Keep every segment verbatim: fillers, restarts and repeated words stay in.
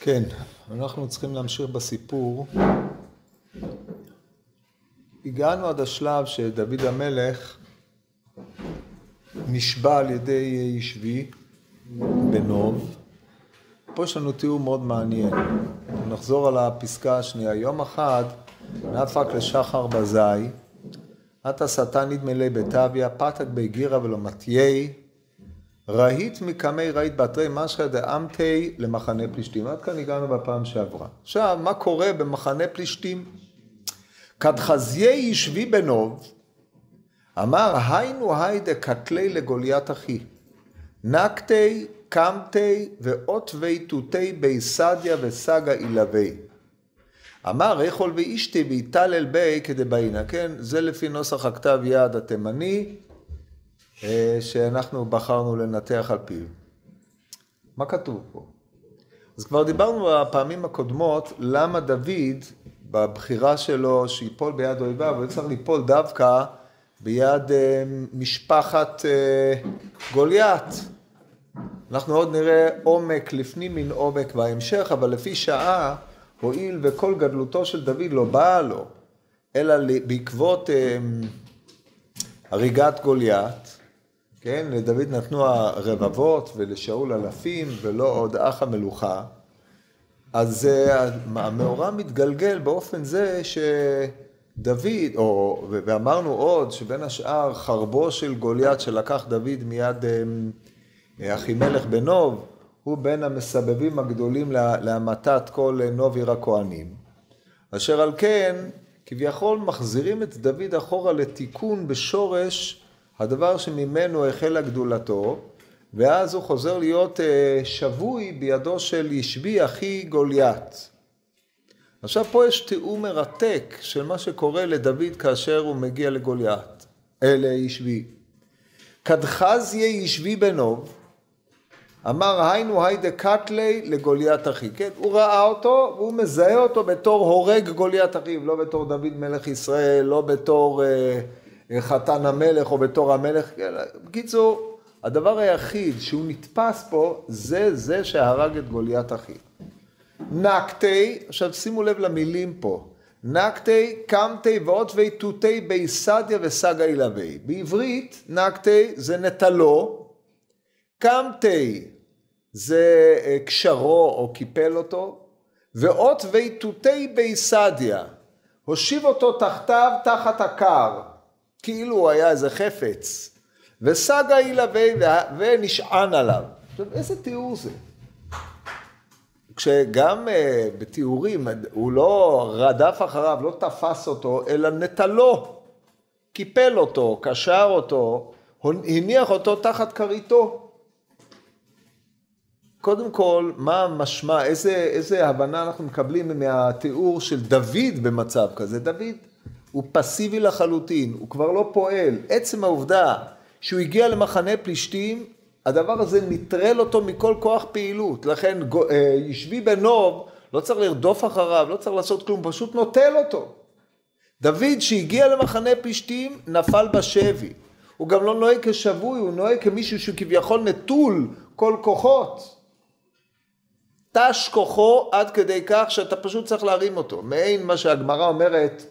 כן, אנחנו צריכים להמשיך בסיפור. הגענו עד השלב שדוד המלך נשבע על ידי ישבי בנוב. פה יש לנו תיאור מאוד מעניין. נחזור על הפסקה השנייה. יום אחד נפק לשחר בזי, עתה שטן נדמלי בטביה, פתק בגירה ולא מתיי, ראית מקמי ראית בתרי משחא דאמתי למחנה פלישתים. עד כאן הגענו בפעם שעברה. עכשיו, מה קורה במחנה פלישתים? כדחזיה ישבי בנוב, אמר היינו היידה קטלי לגוליית אחי, נקתי, קמתי ועוטווי תותי בי סדיה וסגה אילווי. אמר ריחול ואישתי ויתלל בי כדבעינה, כן? זה לפי נוסח הכתב יד התימני, שאנחנו בחרנו לנתח על פיו. מה כתוב פה? אז כבר דיברנו בפעמים הקודמות, למה דוד, בבחירה שלו שיפול ביד אויביו, הוא צריך ליפול דווקא ביד משפחת גוליית. אנחנו עוד נראה עומק לפנים מן עומק בהמשך, אבל לפי שעה, הועיל וכל גדלותו של דוד לא באה לו, אלא בעקבות הריגת גוליית, כן, לדוד נתנו הרבבות ולשאול אלפים ולא עוד אח המלוכה. אז המאורע מתגלגל באופן זה שדוד, או, ואמרנו עוד שבין השאר חרבו של גוליית שלקח דוד מיד אחימלך בנוב, הוא בין המסבבים הגדולים להמתת כל נוב עיר הכהנים. אשר על כן, כביכול מחזירים את דוד אחורה לתיקון בשורש הדבר שממנו החלה גדולתו, ואז הוא חוזר להיות שבוי בידו של ישבי אחי גוליית. עכשיו פה יש תיאור מרתק של מה שקורה לדוד כאשר הוא מגיע לגוליית, אלה ישבי. כדחזיה ישבי בנוב, אמר היינו היידה קטלי לגוליית אחי, כן? הוא ראה אותו והוא מזהה אותו בתור הורג גוליית אחיו, לא בתור דוד מלך ישראל, לא בתור אה, חתן המלך או בתור המלך. בקיצור, הדבר היחיד שהוא נתפס פה זה זה שהרג את גוליית אחיו. נקתי, עכשיו שימו לב למילים פה, נקתי, קמתי ועוטווי תותי בי סדיה וסגה אילווי. בעברית נקתי זה נטלו, קמתי זה קשרו או קיפל אותו, ועוטווי תותי בי סדיה, הושיב אותו תחתיו תחת הקר, כאילו הוא היה איזה חפץ, וסגה אילווי ונשען עליו. עכשיו, איזה תיאור זה? כשגם uh, בתיאורים הוא לא רדף אחריו, לא תפס אותו, אלא נטלו, קיפל אותו, קשר אותו, הניח אותו תחת כריתו. קודם כל, מה משמע, איזה, איזה הבנה אנחנו מקבלים מהתיאור של דוד במצב כזה? דוד הוא פסיבי לחלוטין, הוא כבר לא פועל. עצם העובדה שהוא הגיע למחנה פלישתים, הדבר הזה נטרל אותו מכל כוח פעילות. לכן ישבי בנוב, לא צריך לרדוף אחריו, לא צריך לעשות כלום, פשוט נוטל אותו. דוד שהגיע למחנה פלישתים, נפל בשבי. הוא גם לא נוהג כשבוי, הוא נוהג כמישהו שכביכול נטול כל כוחות. תש כוחו עד כדי כך שאתה פשוט צריך להרים אותו. מעין מה שהגמרא אומרת,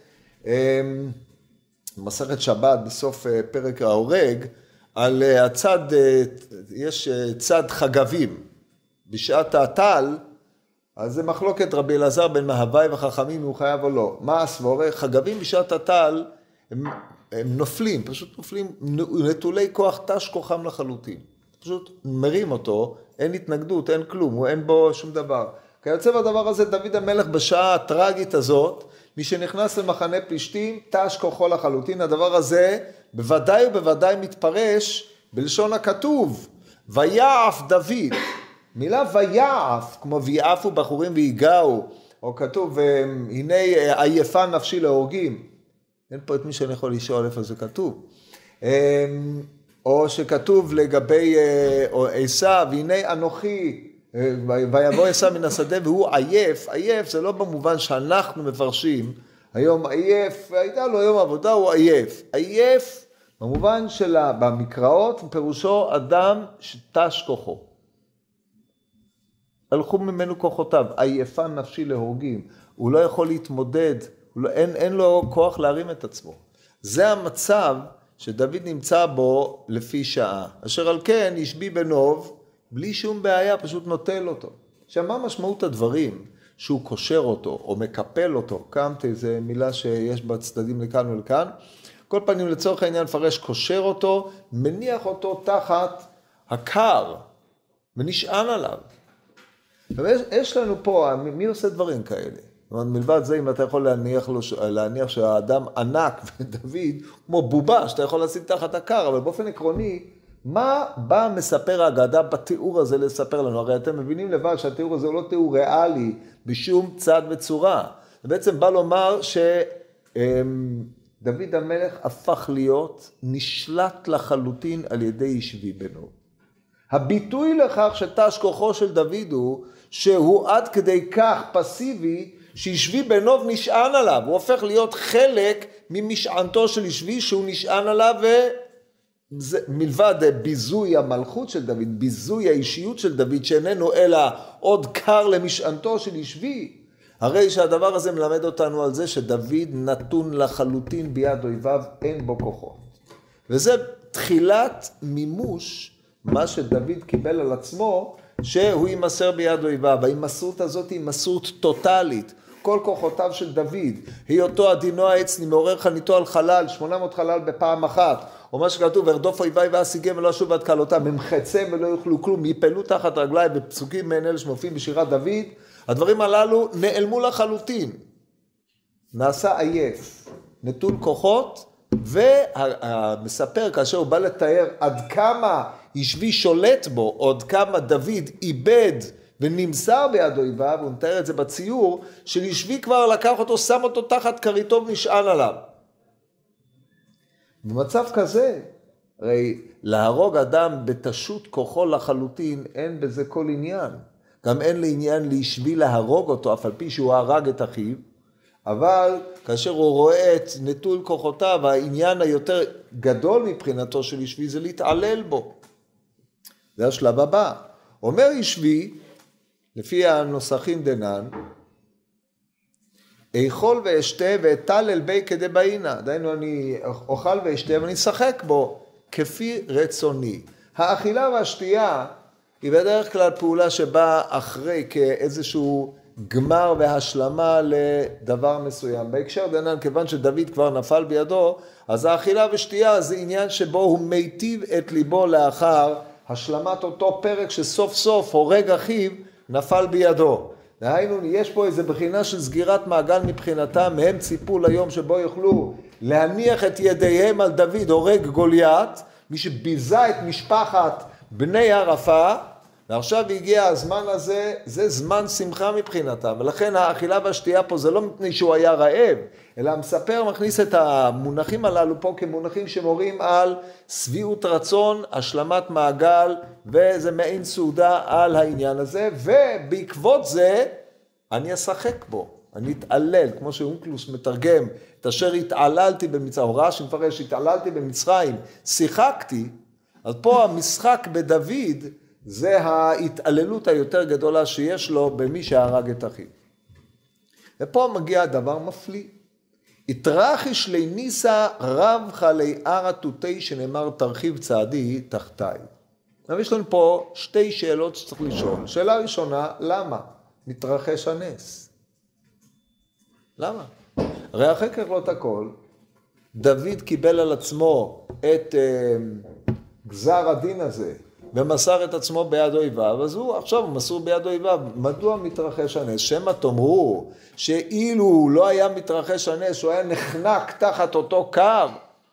מסכת שבת בסוף פרק ההורג, על הצד, יש צד חגבים. בשעת הטל, אז זה מחלוקת רבי אלעזר בן מהווי וחכמים הוא חייב או לא. מה הסבורה? חגבים בשעת הטל הם, הם נופלים, פשוט נופלים, נטולי כוח, תש כוחם לחלוטין. פשוט מרים אותו, אין התנגדות, אין כלום, אין בו שום דבר. כיוצא בדבר הזה דוד המלך בשעה הטרגית הזאת, מי שנכנס למחנה פלישתים, תש כוחו לחלוטין. הדבר הזה בוודאי ובוודאי מתפרש בלשון הכתוב, ויעף דוד. מילה ויעף, כמו ויעפו בחורים ויגעו, או כתוב, הנה עייפה נפשי להורגים. אין פה את מי שאני יכול לשאול איפה זה כתוב. או שכתוב לגבי עשיו, והנה אנוכי, ויבוא עשיו מן השדה והוא עייף. עייף זה לא במובן שאנחנו מפרשים, היום עייף, הייתה לו יום עבודה, הוא עייף. עייף במובן שלה, במקראות, פירושו אדם שתש כוחו. הלכו ממנו כוחותיו, עייפה נפשי להורגים, הוא לא יכול להתמודד, לא, אין, אין לו כוח להרים את עצמו. זה המצב שדוד נמצא בו לפי שעה. אשר על כן ישבי בנוב, בלי שום בעיה, פשוט נוטל אותו. עכשיו, מה משמעות הדברים? שהוא קושר אותו או מקפל אותו, קמתי, זה מילה שיש בה צדדים לכאן ולכאן, כל פנים לצורך העניין פרש קושר אותו, מניח אותו תחת הקר, ונשען עליו. יש, יש לנו פה, מי עושה דברים כאלה? מלבד זה, אם אתה יכול להניח, לו, להניח שהאדם ענק ודוד, כמו בובה, שאתה יכול לשים תחת הקר, אבל באופן עקרוני, מה בא מספר האגדה בתיאור הזה לספר לנו? הרי אתם מבינים לבד שהתיאור הזה הוא לא תיאור ריאלי בשום צד וצורה. זה בעצם בא לומר שדוד המלך הפך להיות נשלט לחלוטין על ידי ישבי בנוב. הביטוי לכך שתש כוחו של דוד הוא שהוא עד כדי כך פסיבי שישבי בנוב נשען עליו. הוא הופך להיות חלק ממשענתו של ישבי שהוא נשען עליו ו... זה מלבד ביזוי המלכות של דוד, ביזוי האישיות של דוד, שאיננו אלא עוד קר למשענתו של ישבי. הרי שהדבר הזה מלמד אותנו על זה שדוד נתון לחלוטין ביד אויביו, אין בו כוחו. וזה תחילת מימוש מה שדוד קיבל על עצמו, שהוא יימסר ביד אויביו. ההימסרות הזאת היא הימסרות טוטלית. כל כוחותיו של דוד, היותו עדינו העץ מעורר חניתו על חלל, שמונה מאות חלל בפעם אחת, או מה שכתוב, ורדוף אויבי ואשיגם ולא אשוב עד כלותם, הם חצם ולא יוכלו כלום, יפלו תחת רגליי, בפסוקים מעין אלה שמופיעים בשירת דוד, הדברים הללו נעלמו לחלוטין, נעשה עייף, נטול כוחות, והמספר כאשר הוא בא לתאר עד כמה ישבי שולט בו, עוד כמה דוד איבד ונמסר ביד אויביו, הוא מתאר את זה בציור, של ישבי כבר לקח אותו, שם אותו תחת כריתו ונשען עליו. במצב כזה, הרי להרוג אדם בתשות כוחו לחלוטין, אין בזה כל עניין. גם אין לעניין לישבי להרוג אותו, אף על פי שהוא הרג את אחיו, אבל כאשר הוא רואה את נטול כוחותיו, העניין היותר גדול מבחינתו של ישבי זה להתעלל בו. זה השלב הבא. אומר ישבי, לפי הנוסחים דנן, אכול ואשתה ואטל אל בי כדי באינה. דיינו אני אוכל ואשתה ואני אשחק בו כפי רצוני. האכילה והשתייה היא בדרך כלל פעולה שבאה אחרי כאיזשהו גמר והשלמה לדבר מסוים. בהקשר דנן, כיוון שדוד כבר נפל בידו, אז האכילה ושתייה זה עניין שבו הוא מיטיב את ליבו לאחר השלמת אותו פרק שסוף סוף הורג אחיו נפל בידו. דהיינו, יש פה איזו בחינה של סגירת מעגל מבחינתם, מהם ציפו ליום שבו יוכלו להניח את ידיהם על דוד הורג גוליית, מי שביזה את משפחת בני הרפה, ועכשיו הגיע הזמן הזה, זה זמן שמחה מבחינתם, ולכן האכילה והשתייה פה זה לא מפני שהוא היה רעב, אלא המספר מכניס את המונחים הללו פה כמונחים שמורים על שביעות רצון, השלמת מעגל, וזה מעין סעודה על העניין הזה, ובעקבות זה אני אשחק בו, אני אתעלל, כמו שאונקלוס מתרגם, את אשר התעללתי במצרים, הוראה שמפרש, התעללתי במצרים, שיחקתי, אז פה המשחק בדוד, זה ההתעללות היותר גדולה שיש לו במי שהרג את אחיו. ופה מגיע דבר מפליא. התרחיש לניסה רב חלי ערה תותי שנאמר תרחיב צעדי תחתיי. אבל יש לנו פה שתי שאלות שצריך לשאול. שאלה ראשונה, למה מתרחש הנס? למה? הרי אחרי ככלות הכל, דוד קיבל על עצמו את uh, גזר הדין הזה, ומסר את עצמו ביד אויביו, אז הוא עכשיו מסור ביד אויביו. מדוע מתרחש הנס? שמא תאמרו שאילו לא היה מתרחש הנס, שהוא היה נחנק תחת אותו קר,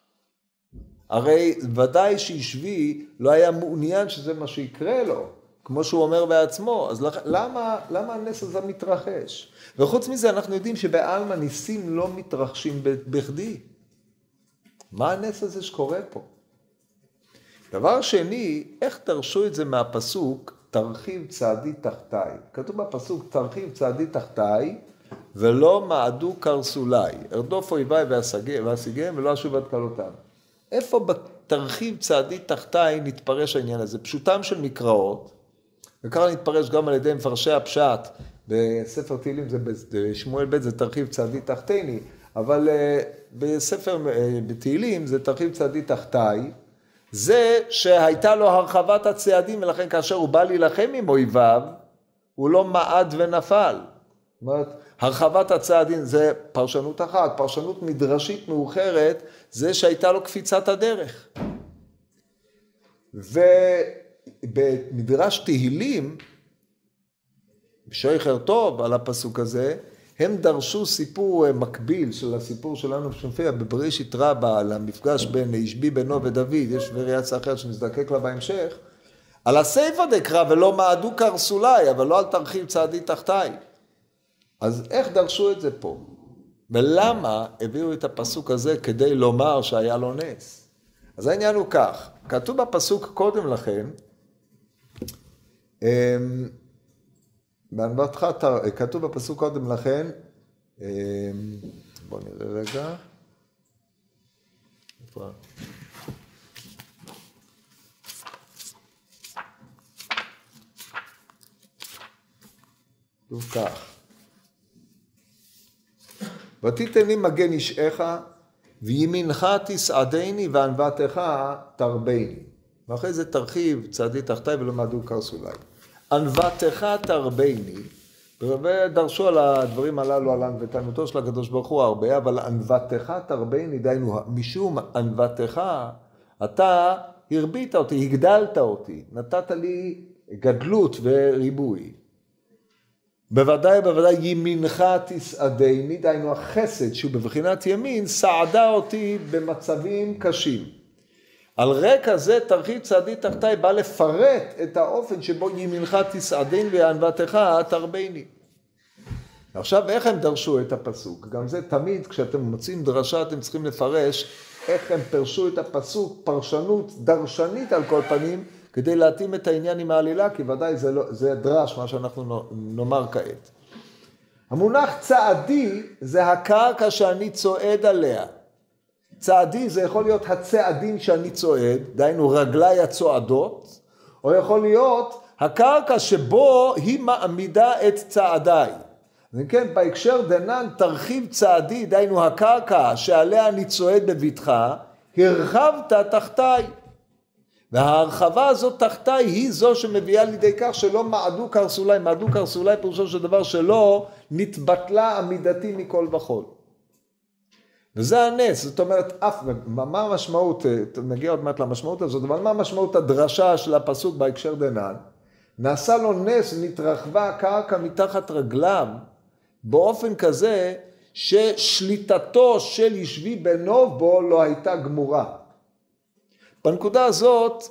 הרי ודאי שישבי לא היה מעוניין שזה מה שיקרה לו, כמו שהוא אומר בעצמו. אז למה, למה הנס הזה מתרחש? וחוץ מזה אנחנו יודעים שבעלמא ניסים לא מתרחשים בכדי. מה הנס הזה שקורה פה? דבר שני, איך תרשו את זה מהפסוק, תרחיב צעדי תחתיי. כתוב בפסוק, תרחיב צעדי תחתיי, ולא מעדו קרסולי. ארדוף אויביי ואשיגם ולא אשוב עד כלותם. איפה בתרחיב צעדי תחתיי נתפרש העניין הזה? פשוטם של מקראות, וככה נתפרש גם על ידי מפרשי הפשט. בספר תהילים, זה בשמואל ב' זה תרחיב צעדי תחתיני, אבל בספר בתהילים זה תרחיב צעדי תחתיי, זה שהייתה לו הרחבת הצעדים, ולכן כאשר הוא בא להילחם עם אויביו, הוא לא מעד ונפל. זאת אומרת, הרחבת הצעדים זה פרשנות אחת, פרשנות מדרשית מאוחרת, זה שהייתה לו קפיצת הדרך. ובמדרש תהילים, בשייכר טוב על הפסוק הזה, הם דרשו סיפור מקביל של הסיפור שלנו שמופיע בבראשית רבה, על המפגש בין ישבי בנו ודוד, יש וריאציה אחרת שנזדקק לה בהמשך, על הסייפא דקרא ולא מעדו קרסולי, אבל לא על תרחיב צעדי תחתיי. אז איך דרשו את זה פה? ולמה הביאו את הפסוק הזה כדי לומר שהיה לו נס? אז העניין הוא כך, כתוב בפסוק קודם לכן, בענוותך, כתוב בפסוק קודם לכן, בואו נראה רגע, כתוב כך, ותיתן לי מגן אישך, וימינך תסעדני וענוותך תרבני. ואחרי זה תרחיב צעדי תחתיי ולא מעדו קרסולי. ענוותך תרבני, ודרשו על הדברים הללו על ענוותנותו של הקדוש ברוך הוא הרבה, אבל ענוותך תרבני, דיינו, משום ענוותך, אתה הרבית אותי, הגדלת אותי, נתת לי גדלות וריבוי. בוודאי, בוודאי, ימינך תסעדני, דיינו החסד שהוא בבחינת ימין, סעדה אותי במצבים קשים. על רקע זה תרחיב צעדי תחתיי בא לפרט את האופן שבו ימינך תסעדני וענוותך תרבני. עכשיו איך הם דרשו את הפסוק? גם זה תמיד כשאתם מוצאים דרשה אתם צריכים לפרש איך הם פרשו את הפסוק, פרשנות דרשנית על כל פנים, כדי להתאים את העניין עם העלילה, כי ודאי זה, לא, זה דרש מה שאנחנו נאמר כעת. המונח צעדי זה הקרקע שאני צועד עליה. צעדי זה יכול להיות הצעדים שאני צועד, דהיינו רגליי הצועדות, או יכול להיות הקרקע שבו היא מעמידה את צעדיי. וכן, בהקשר דנן תרחיב צעדי, דהיינו הקרקע שעליה אני צועד בביתך, הרחבת תחתיי. וההרחבה הזאת תחתיי היא זו שמביאה לידי כך שלא מעדו קרסולי, מעדו קרסולי פירושו של דבר שלא נתבטלה עמידתי מכל וכל. וזה הנס, זאת אומרת, אף, מה המשמעות, נגיע עוד מעט למשמעות הזאת, אבל מה המשמעות הדרשה של הפסוק בהקשר דנן? נעשה לו נס ונתרחבה הקרקע מתחת רגליו, באופן כזה ששליטתו של ישבי בנו בו לא הייתה גמורה. בנקודה הזאת,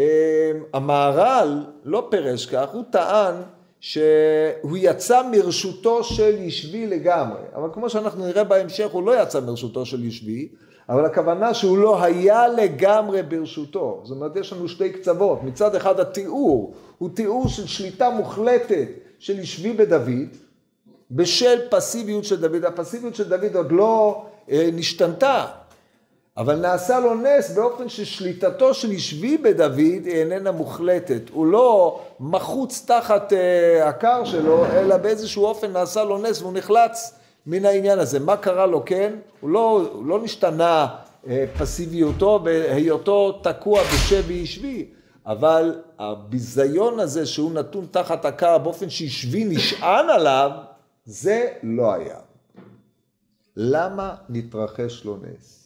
המהר"ל לא פרש כך, הוא טען שהוא יצא מרשותו של ישבי לגמרי. אבל כמו שאנחנו נראה בהמשך, הוא לא יצא מרשותו של ישבי, אבל הכוונה שהוא לא היה לגמרי ברשותו. זאת אומרת, יש לנו שתי קצוות. מצד אחד התיאור, הוא תיאור של שליטה מוחלטת של ישבי בדוד, בשל פסיביות של דוד. הפסיביות של דוד עוד לא אה, נשתנתה. אבל נעשה לו נס באופן ששליטתו של ישבי בדוד איננה מוחלטת. הוא לא מחוץ תחת uh, הקר שלו, אלא באיזשהו אופן נעשה לו נס והוא נחלץ מן העניין הזה. מה קרה לו? כן? הוא לא, הוא לא נשתנה uh, פסיביותו בהיותו תקוע בשבי ישבי, אבל הביזיון הזה שהוא נתון תחת הקר באופן שישבי נשען עליו, זה לא היה. למה נתרחש לו נס?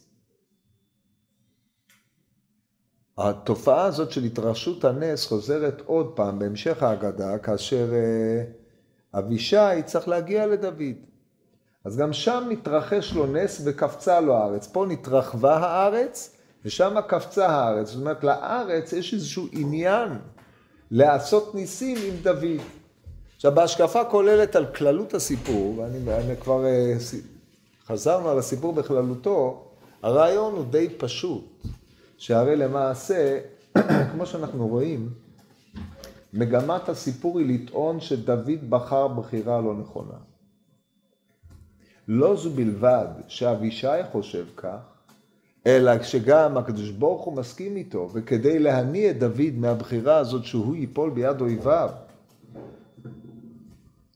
התופעה הזאת של התרחשות הנס חוזרת עוד פעם בהמשך ההגדה, כאשר אבישי צריך להגיע לדוד. אז גם שם נתרחש לו נס וקפצה לו הארץ. פה נתרחבה הארץ ושם קפצה הארץ. זאת אומרת, לארץ יש איזשהו עניין לעשות ניסים עם דוד. עכשיו, בהשקפה כוללת על כללות הסיפור, ואני כבר חזרנו על הסיפור בכללותו, הרעיון הוא די פשוט. שהרי למעשה, כמו שאנחנו רואים, מגמת הסיפור היא לטעון שדוד בחר בחירה לא נכונה. לא זו בלבד שאבישי חושב כך, אלא שגם הקדוש ברוך הוא מסכים איתו, וכדי להניע את דוד מהבחירה הזאת שהוא ייפול ביד אויביו,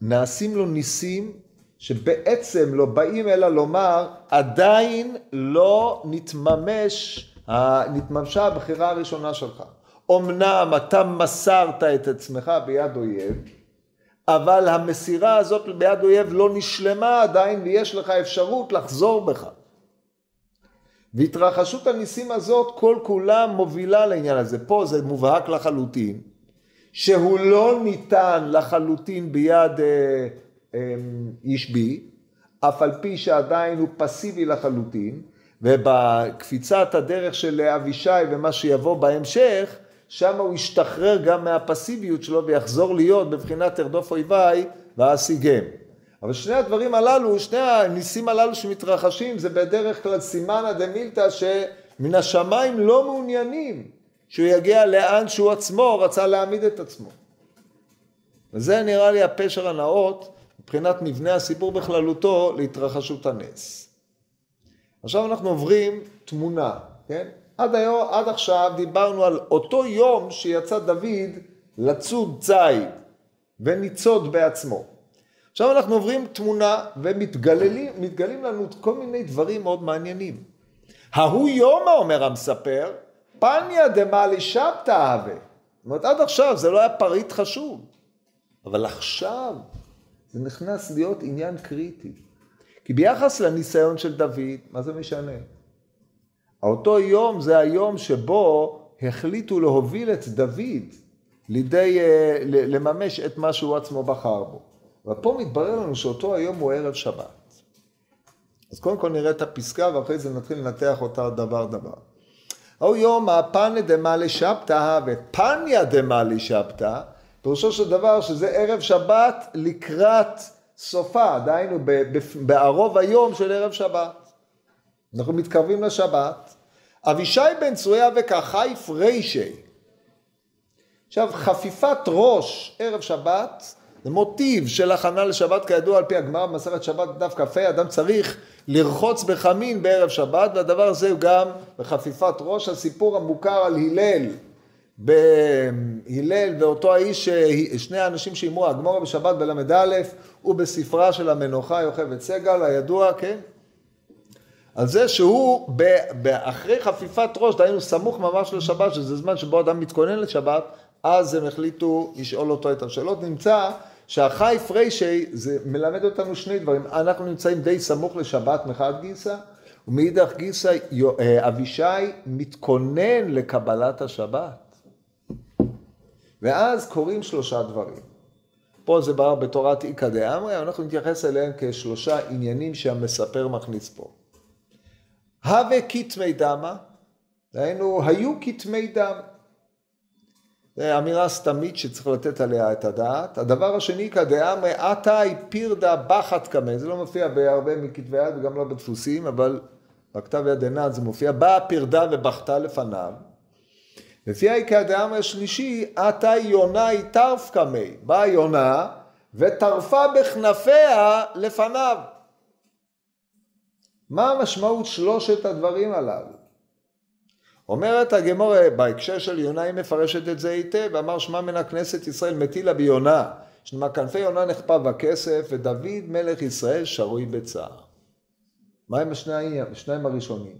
נעשים לו ניסים שבעצם לא באים אלא לומר, עדיין לא נתממש, נתממשה הבחירה הראשונה שלך. אמנם אתה מסרת את עצמך ביד אויב, אבל המסירה הזאת ביד אויב לא נשלמה עדיין, ויש לך אפשרות לחזור בך. והתרחשות הניסים הזאת כל כולה מובילה לעניין הזה. פה זה מובהק לחלוטין, שהוא לא ניתן לחלוטין ביד אה, אה, איש בי, אף על פי שעדיין הוא פסיבי לחלוטין, ובקפיצת הדרך של אבישי ומה שיבוא בהמשך, שם הוא ישתחרר גם מהפסיביות שלו ויחזור להיות בבחינת תרדוף אויביי ואשיגם. אבל שני הדברים הללו, שני הניסים הללו שמתרחשים, זה בדרך כלל סימנא דמילתא שמן השמיים לא מעוניינים שהוא יגיע לאן שהוא עצמו רצה להעמיד את עצמו. וזה נראה לי הפשר הנאות מבחינת מבנה הסיפור בכללותו להתרחשות הנס. עכשיו אנחנו עוברים תמונה, כן? עד היום, עד עכשיו דיברנו על אותו יום שיצא דוד לצוד ציד וניצוד בעצמו. עכשיו אנחנו עוברים תמונה ומתגלים מתגלים לנו כל מיני דברים מאוד מעניינים. ההוא יום, אומר המספר, פניה דמאלי שבתא הווה. זאת אומרת, עד עכשיו זה לא היה פריט חשוב, אבל עכשיו זה נכנס להיות עניין קריטי. כי ביחס לניסיון של דוד, מה זה משנה? אותו יום זה היום שבו החליטו להוביל את דוד לידי לממש את מה שהוא עצמו בחר בו. ופה מתברר לנו שאותו היום הוא ערב שבת. אז קודם כל נראה את הפסקה ואחרי זה נתחיל לנתח אותה דבר דבר. ההוא יום הפניה דמאלי שבתא ופניה דמאלי שבתא, פירושו של דבר שזה ערב שבת לקראת סופה, דהיינו בערוב היום של ערב שבת. אנחנו מתקרבים לשבת. אבישי בן צרויה וכחיף רישי. עכשיו חפיפת ראש ערב שבת זה מוטיב של הכנה לשבת, כידוע על פי הגמרא במסכת שבת דף כ"ה, אדם צריך לרחוץ בחמין בערב שבת, והדבר הזה הוא גם בחפיפת ראש. הסיפור המוכר על הלל, בהלל ואותו האיש, שני האנשים שאימו הגמרא בשבת בלמד א', ובספרה של המנוחה יוכבד סגל הידוע, כן? על זה שהוא אחרי חפיפת ראש, דהיינו סמוך ממש לשבת, שזה זמן שבו אדם מתכונן לשבת, אז הם החליטו לשאול אותו את השאלות. נמצא שהחיף רישי זה מלמד אותנו שני דברים. אנחנו נמצאים די סמוך לשבת מחד גיסא, ומאידך גיסא אבישי מתכונן לקבלת השבת. ואז קוראים שלושה דברים. פה זה בא בתורת איכא דאמרי, אנחנו נתייחס אליהם כשלושה עניינים שהמספר מכניס פה. הווה כתמי דמה, דהיינו היו כתמי דם. זו אמירה סתמית שצריך לתת עליה את הדעת. הדבר השני, כדאמרי, עתאי פירדה בחת קמא, זה לא מופיע בהרבה מכתבי יד וגם לא בדפוסים, אבל בכתב יד עינת זה מופיע, באה פירדה ובכתה לפניו. לפי כדאמרי השלישי, עתאי יונאי טרף קמא, באה יונה וטרפה בכנפיה לפניו. מה המשמעות שלושת הדברים הללו? אומרת הגמרא, בהקשר של יונה היא מפרשת את זה היטב, ואמר שמע מן הכנסת ישראל מטילה ביונה, שנאמר כנפי יונה נחפא בכסף, ודוד מלך ישראל שרוי בצער. מה הם השניים, השניים הראשונים?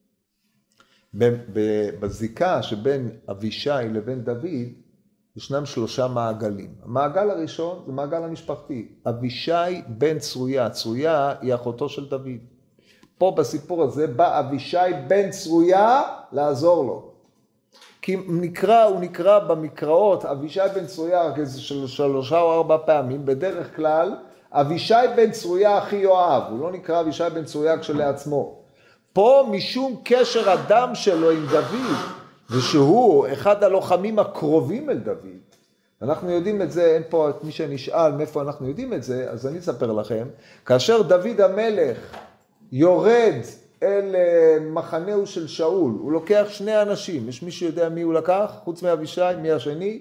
בזיקה שבין אבישי לבין דוד, ישנם שלושה מעגלים. המעגל הראשון זה מעגל המשפחתי. אבישי בן צרויה, צרויה היא אחותו של דוד. פה בסיפור הזה בא אבישי בן צרויה לעזור לו. כי נקרא, הוא נקרא במקראות אבישי בן צרויה של שלושה או ארבע פעמים, בדרך כלל אבישי בן צרויה אחי יואב, הוא לא נקרא אבישי בן צרויה כשלעצמו. פה משום קשר הדם שלו עם דוד, ושהוא אחד הלוחמים הקרובים אל דוד, אנחנו יודעים את זה, אין פה את מי שנשאל מאיפה אנחנו יודעים את זה, אז אני אספר לכם, כאשר דוד המלך יורד אל מחנהו של שאול, הוא לוקח שני אנשים, יש מי שיודע מי הוא לקח, חוץ מאבישי, מי השני?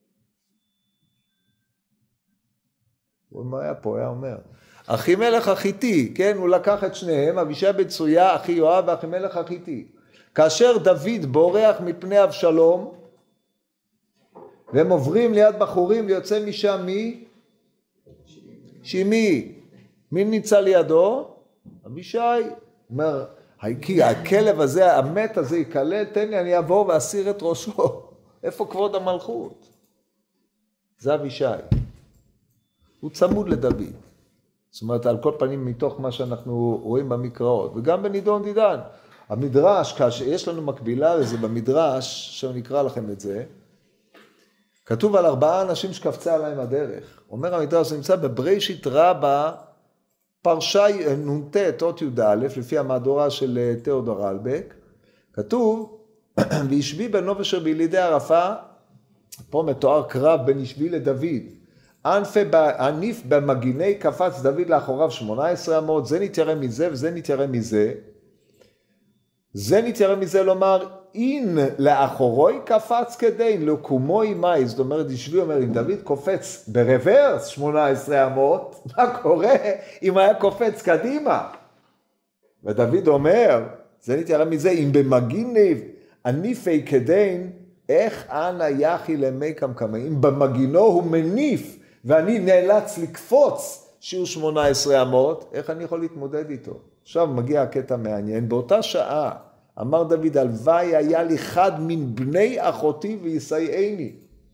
מה היה פה, היה אומר, אחימלך החיתי, כן, הוא לקח את שניהם, אבישי בן צרויה, אחי יואב ואחימלך החיתי. כאשר דוד בורח מפני אבשלום, והם עוברים ליד בחורים ויוצא משם מי? שמי, מי נמצא לידו? אבישי. אומר, כי הכלב הזה, המת הזה יקלל, תן לי, אני אבוא ואסיר את ראשו. איפה כבוד המלכות? זה אבישי. הוא צמוד לדוד. זאת אומרת, על כל פנים מתוך מה שאנחנו רואים במקראות, וגם בנידון דידן. המדרש, יש לנו מקבילה לזה במדרש, שנקרא לכם את זה, כתוב על ארבעה אנשים שקפצה עליהם הדרך. אומר המדרש, זה נמצא בבראשית רבה, פרשי נ"ט, אות י"א, לפי המהדורה של תיאודור אלבק, כתוב, וישבי בנו אשר בילידי ערפה, פה מתואר קרב בין ישבי לדוד, עניף במגיני קפץ דוד לאחוריו שמונה עשרה אמות, זה נתיירא מזה וזה נתיירא מזה, זה נתיירא מזה לומר, אין לאחורוי קפץ כדין, לקומוי מאי, זאת אומרת, ישבי אומר, אם דוד קופץ ברוורס שמונה עשרה אמות, מה קורה אם היה קופץ קדימה? ודוד אומר, זה נתיירא מזה, אם במגיני עניפי כדין, איך אנא יחי למי קמקמי, אם במגינו הוא מניף, ואני נאלץ לקפוץ שיהיו שמונה עשרה אמות, איך אני יכול להתמודד איתו? עכשיו מגיע הקטע מעניין, באותה שעה אמר דוד, הלוואי היה לי חד מן בני אחותי ויסייעני.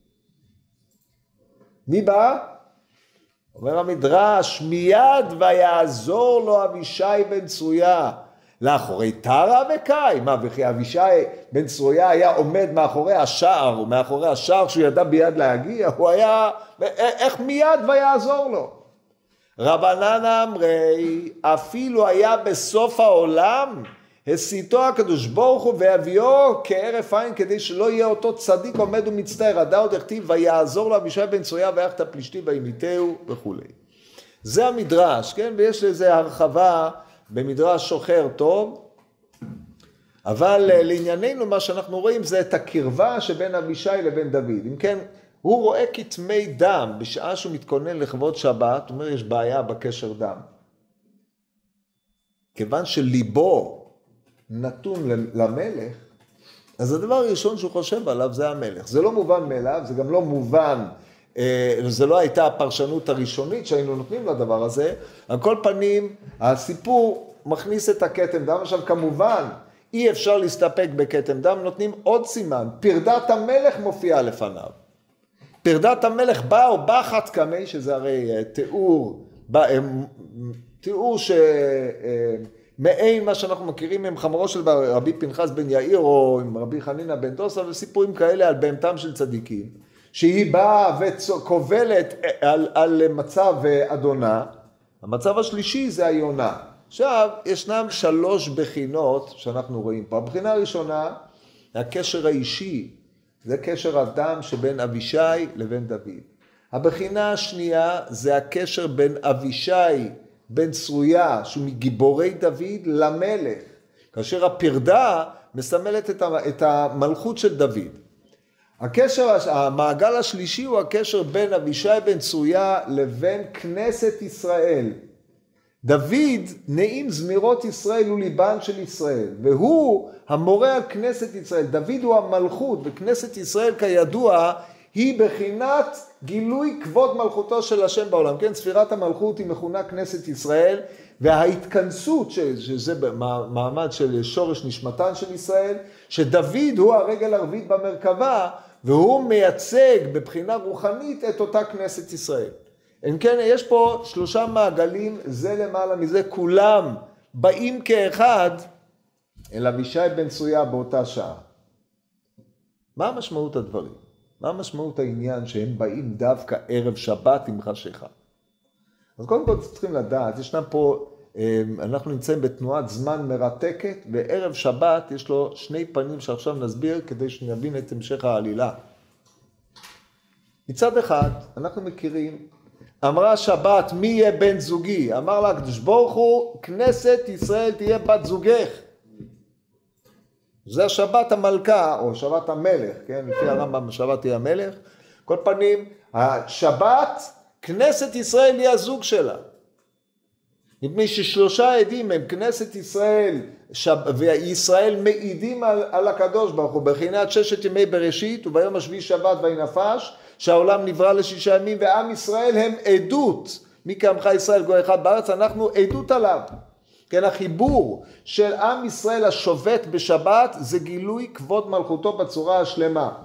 מי בא? אומר המדרש, מיד ויעזור לו אבישי בן צרויה, לאחורי תרה וקאי. מה, וכי אבישי בן צרויה היה עומד מאחורי השער, או מאחורי השער שהוא ידע ביד להגיע, הוא היה, איך מיד ויעזור לו? רבנן אמרי, אפילו היה בסוף העולם, הסיתו הקדוש ברוך הוא והביאו כהרף עין, כדי שלא יהיה אותו צדיק עומד ומצטער, עדה עוד הכתיב, ויעזור לו אבישי בן צרויה ויחת הפלישתי וימיתהו וכו'. זה המדרש, כן? ויש לזה הרחבה במדרש שוחר טוב, אבל לענייננו מה שאנחנו רואים זה את הקרבה שבין אבישי לבין דוד. אם כן, הוא רואה כתמי דם בשעה שהוא מתכונן לכבוד שבת, הוא אומר יש בעיה בקשר דם. כיוון שליבו נתון למלך, אז הדבר הראשון שהוא חושב עליו זה המלך. זה לא מובן מאליו, זה גם לא מובן, זה לא הייתה הפרשנות הראשונית שהיינו נותנים לדבר הזה. על כל פנים, הסיפור מכניס את הכתם דם. עכשיו כמובן, אי אפשר להסתפק בכתם דם, נותנים עוד סימן, פרדת המלך מופיעה לפניו. פרדת המלך בא או בחת קמי, שזה הרי תיאור, תיאור שמעין מה שאנחנו מכירים עם חמורו של רבי פנחס בן יאיר, או עם רבי חנינא בן דוסא, וסיפורים כאלה על בהמתם של צדיקים, שהיא באה וקובלת על, על מצב אדונה. המצב השלישי זה היונה. עכשיו, ישנם שלוש בחינות שאנחנו רואים פה. הבחינה הראשונה, הקשר האישי, זה קשר הדם שבין אבישי לבין דוד. הבחינה השנייה זה הקשר בין אבישי, בין צרויה, שהוא מגיבורי דוד למלך. כאשר הפרדה מסמלת את המלכות של דוד. הקשר, המעגל השלישי הוא הקשר בין אבישי בן צרויה לבין כנסת ישראל. דוד נעים זמירות ישראל הוא ליבן של ישראל, והוא המורה על כנסת ישראל. דוד הוא המלכות, וכנסת ישראל כידוע היא בחינת גילוי כבוד מלכותו של השם בעולם. כן, ספירת המלכות היא מכונה כנסת ישראל, וההתכנסות שזה מעמד של שורש נשמתן של ישראל, שדוד הוא הרגל הרביעית במרכבה, והוא מייצג בבחינה רוחנית את אותה כנסת ישראל. אם כן, יש פה שלושה מעגלים, זה למעלה מזה, כולם באים כאחד אל אבישי בן צרויה באותה שעה. מה המשמעות הדברים? מה המשמעות העניין שהם באים דווקא ערב שבת עם חשיכה? אז קודם כל צריכים לדעת, ישנם פה, אנחנו נמצאים בתנועת זמן מרתקת, וערב שבת יש לו שני פנים שעכשיו נסביר כדי שנבין את המשך העלילה. מצד אחד, אנחנו מכירים, אמרה שבת, מי יהיה בן זוגי? אמר לה הקדוש ברוך הוא, כנסת ישראל תהיה בת זוגך. זה שבת המלכה, או שבת המלך, כן? לפי הרמב"ם, שבת תהיה המלך. כל פנים, השבת, כנסת ישראל היא הזוג שלה. מפני ששלושה עדים הם כנסת ישראל, שב... וישראל מעידים על, על הקדוש ברוך הוא, בחינת ששת ימי בראשית, וביום השביעי שבת ויהי נפש, שהעולם נברא לשישה ימים, ועם ישראל הם עדות מי כעמך ישראל גוי אחד בארץ, אנחנו עדות עליו. כן, החיבור של עם ישראל השובת בשבת זה גילוי כבוד מלכותו בצורה השלמה.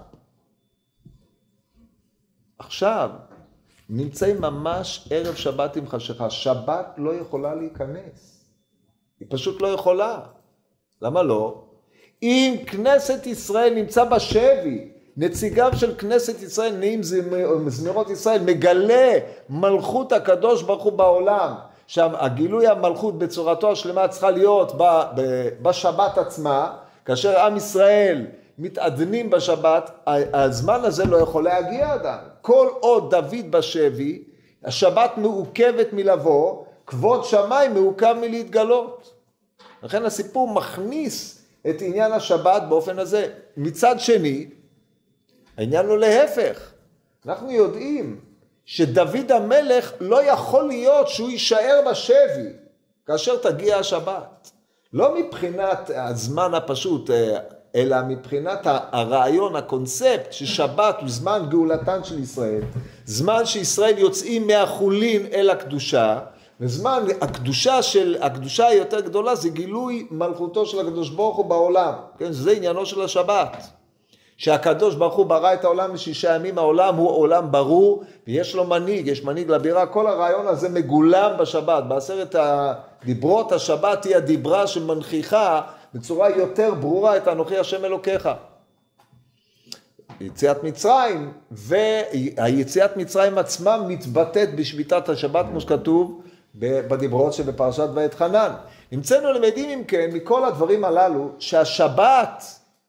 עכשיו, נמצאים ממש ערב שבת עם חשיכה, שבת לא יכולה להיכנס, היא פשוט לא יכולה. למה לא? אם כנסת ישראל נמצא בשבי, נציגיו של כנסת ישראל, נעים זמירות ישראל, מגלה מלכות הקדוש ברוך הוא בעולם, שהגילוי המלכות בצורתו השלמה צריכה להיות בשבת עצמה, כאשר עם ישראל מתעדנים בשבת, הזמן הזה לא יכול להגיע עדיין. כל עוד דוד בשבי, השבת מעוכבת מלבוא, כבוד שמיים מעוכב מלהתגלות. לכן הסיפור מכניס את עניין השבת באופן הזה. מצד שני, העניין לא להפך. אנחנו יודעים שדוד המלך לא יכול להיות שהוא יישאר בשבי כאשר תגיע השבת. לא מבחינת הזמן הפשוט, אלא מבחינת הרעיון, הקונספט, ששבת הוא זמן גאולתן של ישראל, זמן שישראל יוצאים מהחולין אל הקדושה, וזמן הקדושה של, הקדושה היותר גדולה זה גילוי מלכותו של הקדוש ברוך הוא בעולם. כן, זה עניינו של השבת. שהקדוש ברוך הוא ברא את העולם בשישה ימים, העולם הוא עולם ברור, ויש לו מנהיג, יש מנהיג לבירה, כל הרעיון הזה מגולם בשבת. בעשרת הדיברות השבת היא הדיברה שמנכיחה בצורה יותר ברורה את אנוכי השם אלוקיך. יציאת מצרים, והיציאת מצרים עצמה מתבטאת בשביתת השבת, כמו שכתוב בדיברות שבפרשת ואת חנן. נמצאנו למדים אם כן, מכל הדברים הללו, שהשבת,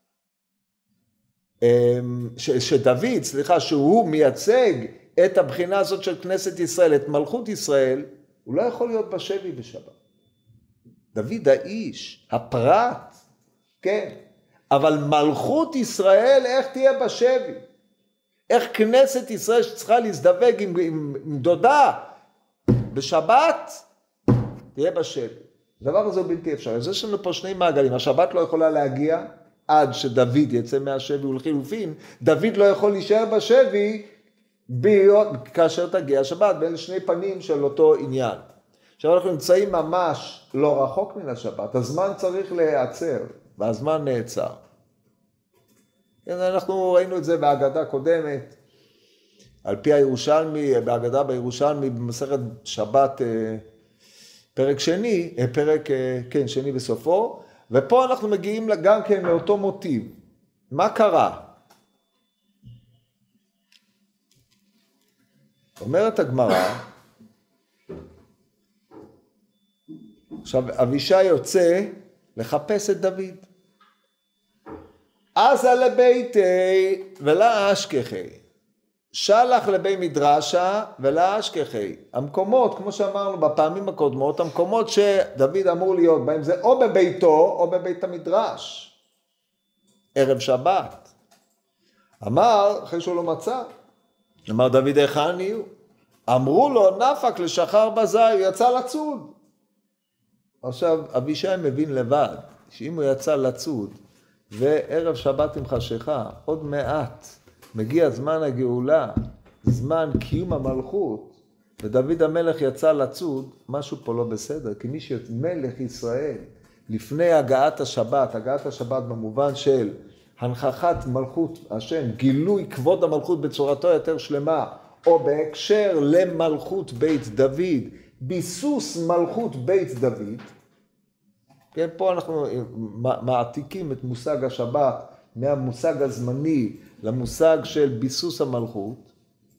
ש, שדוד, סליחה, שהוא מייצג את הבחינה הזאת של כנסת ישראל, את מלכות ישראל, הוא לא יכול להיות בשבי בשבת. דוד האיש, הפרט, כן, אבל מלכות ישראל איך תהיה בשבי? איך כנסת ישראל שצריכה להזדווג עם, עם, עם דודה בשבת תהיה בשבי? הדבר הזה הוא בלתי אפשרי. אז יש לנו פה שני מעגלים. השבת לא יכולה להגיע עד שדוד יצא מהשבי, ולחילופין, דוד לא יכול להישאר בשבי כאשר תגיע השבת, בין שני פנים של אותו עניין. עכשיו אנחנו נמצאים ממש לא רחוק מן השבת, הזמן צריך להיעצר, והזמן נעצר. אנחנו ראינו את זה בהגדה קודמת, על פי הירושלמי, בהגדה בירושלמי, במסכת שבת, פרק שני, פרק, כן, שני בסופו, ופה אנחנו מגיעים גם כן לאותו מוטיב. מה קרה? אומרת הגמרא, עכשיו אבישי יוצא לחפש את דוד. עזה לביתי ולה אשכחי, שלח לבי מדרשה ולה אשכחי. המקומות, כמו שאמרנו בפעמים הקודמות, המקומות שדוד אמור להיות בהם זה או בביתו או בבית המדרש. ערב שבת. אמר, אחרי שהוא לא מצא, אמר דוד היכן יהיו? אמרו לו נפק לשחר בזי, הוא יצא לצוד. עכשיו אבישי מבין לבד שאם הוא יצא לצוד וערב שבת עם חשיכה, עוד מעט מגיע זמן הגאולה, זמן קיום המלכות, ודוד המלך יצא לצוד, משהו פה לא בסדר, כי מי שמלך ישראל לפני הגעת השבת, הגעת השבת במובן של הנחכת מלכות השם, גילוי כבוד המלכות בצורתו יותר שלמה, או בהקשר למלכות בית דוד, ביסוס מלכות בית דוד, כן, פה אנחנו מעתיקים את מושג השבת מהמושג הזמני למושג של ביסוס המלכות,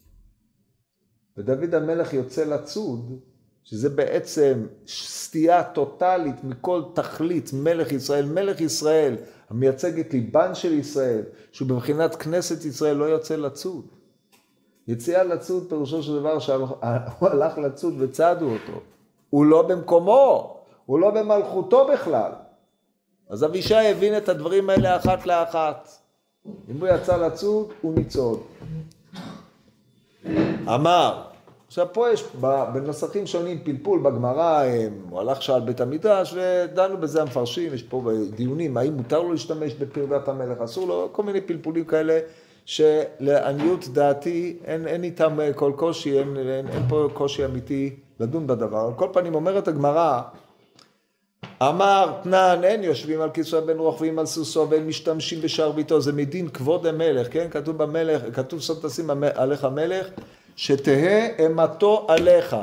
ודוד המלך יוצא לצוד, שזה בעצם סטייה טוטלית מכל תכלית מלך ישראל. מלך ישראל המייצג את ליבן של ישראל, שהוא בבחינת כנסת ישראל לא יוצא לצוד. יציאה לצוד פירושו של דבר שהוא הלך לצוד וצדו אותו. הוא לא במקומו, הוא לא במלכותו בכלל. אז אבישי הבין את הדברים האלה אחת לאחת. אם הוא יצא לצוד, הוא ניצוד. אמר, עכשיו פה יש בנוסחים שונים פלפול בגמרא, הוא הלך שעל בית המדרש ודנו בזה המפרשים, יש פה דיונים, האם מותר לו להשתמש בפרדת המלך, אסור לו, כל מיני פלפולים כאלה שלעניות דעתי אין, אין איתם כל קושי, אין, אין, אין פה קושי אמיתי לדון בדבר. על כל פנים אומרת הגמרא, אמר תנן אין יושבים על כיסא בן רוכבים על סוסו ואין משתמשים בשרביטו, זה מדין כבוד המלך, כן? כתוב במלך, כתוב סוף תשים עליך מלך, שתהה אימתו עליך.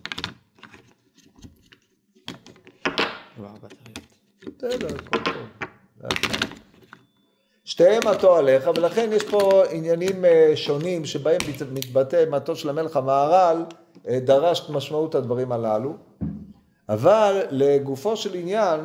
שתהה אימתו עליך, ולכן יש פה עניינים שונים שבהם מתבטא אימתו של המלך. המהר"ל דרש את משמעות הדברים הללו. אבל לגופו של עניין,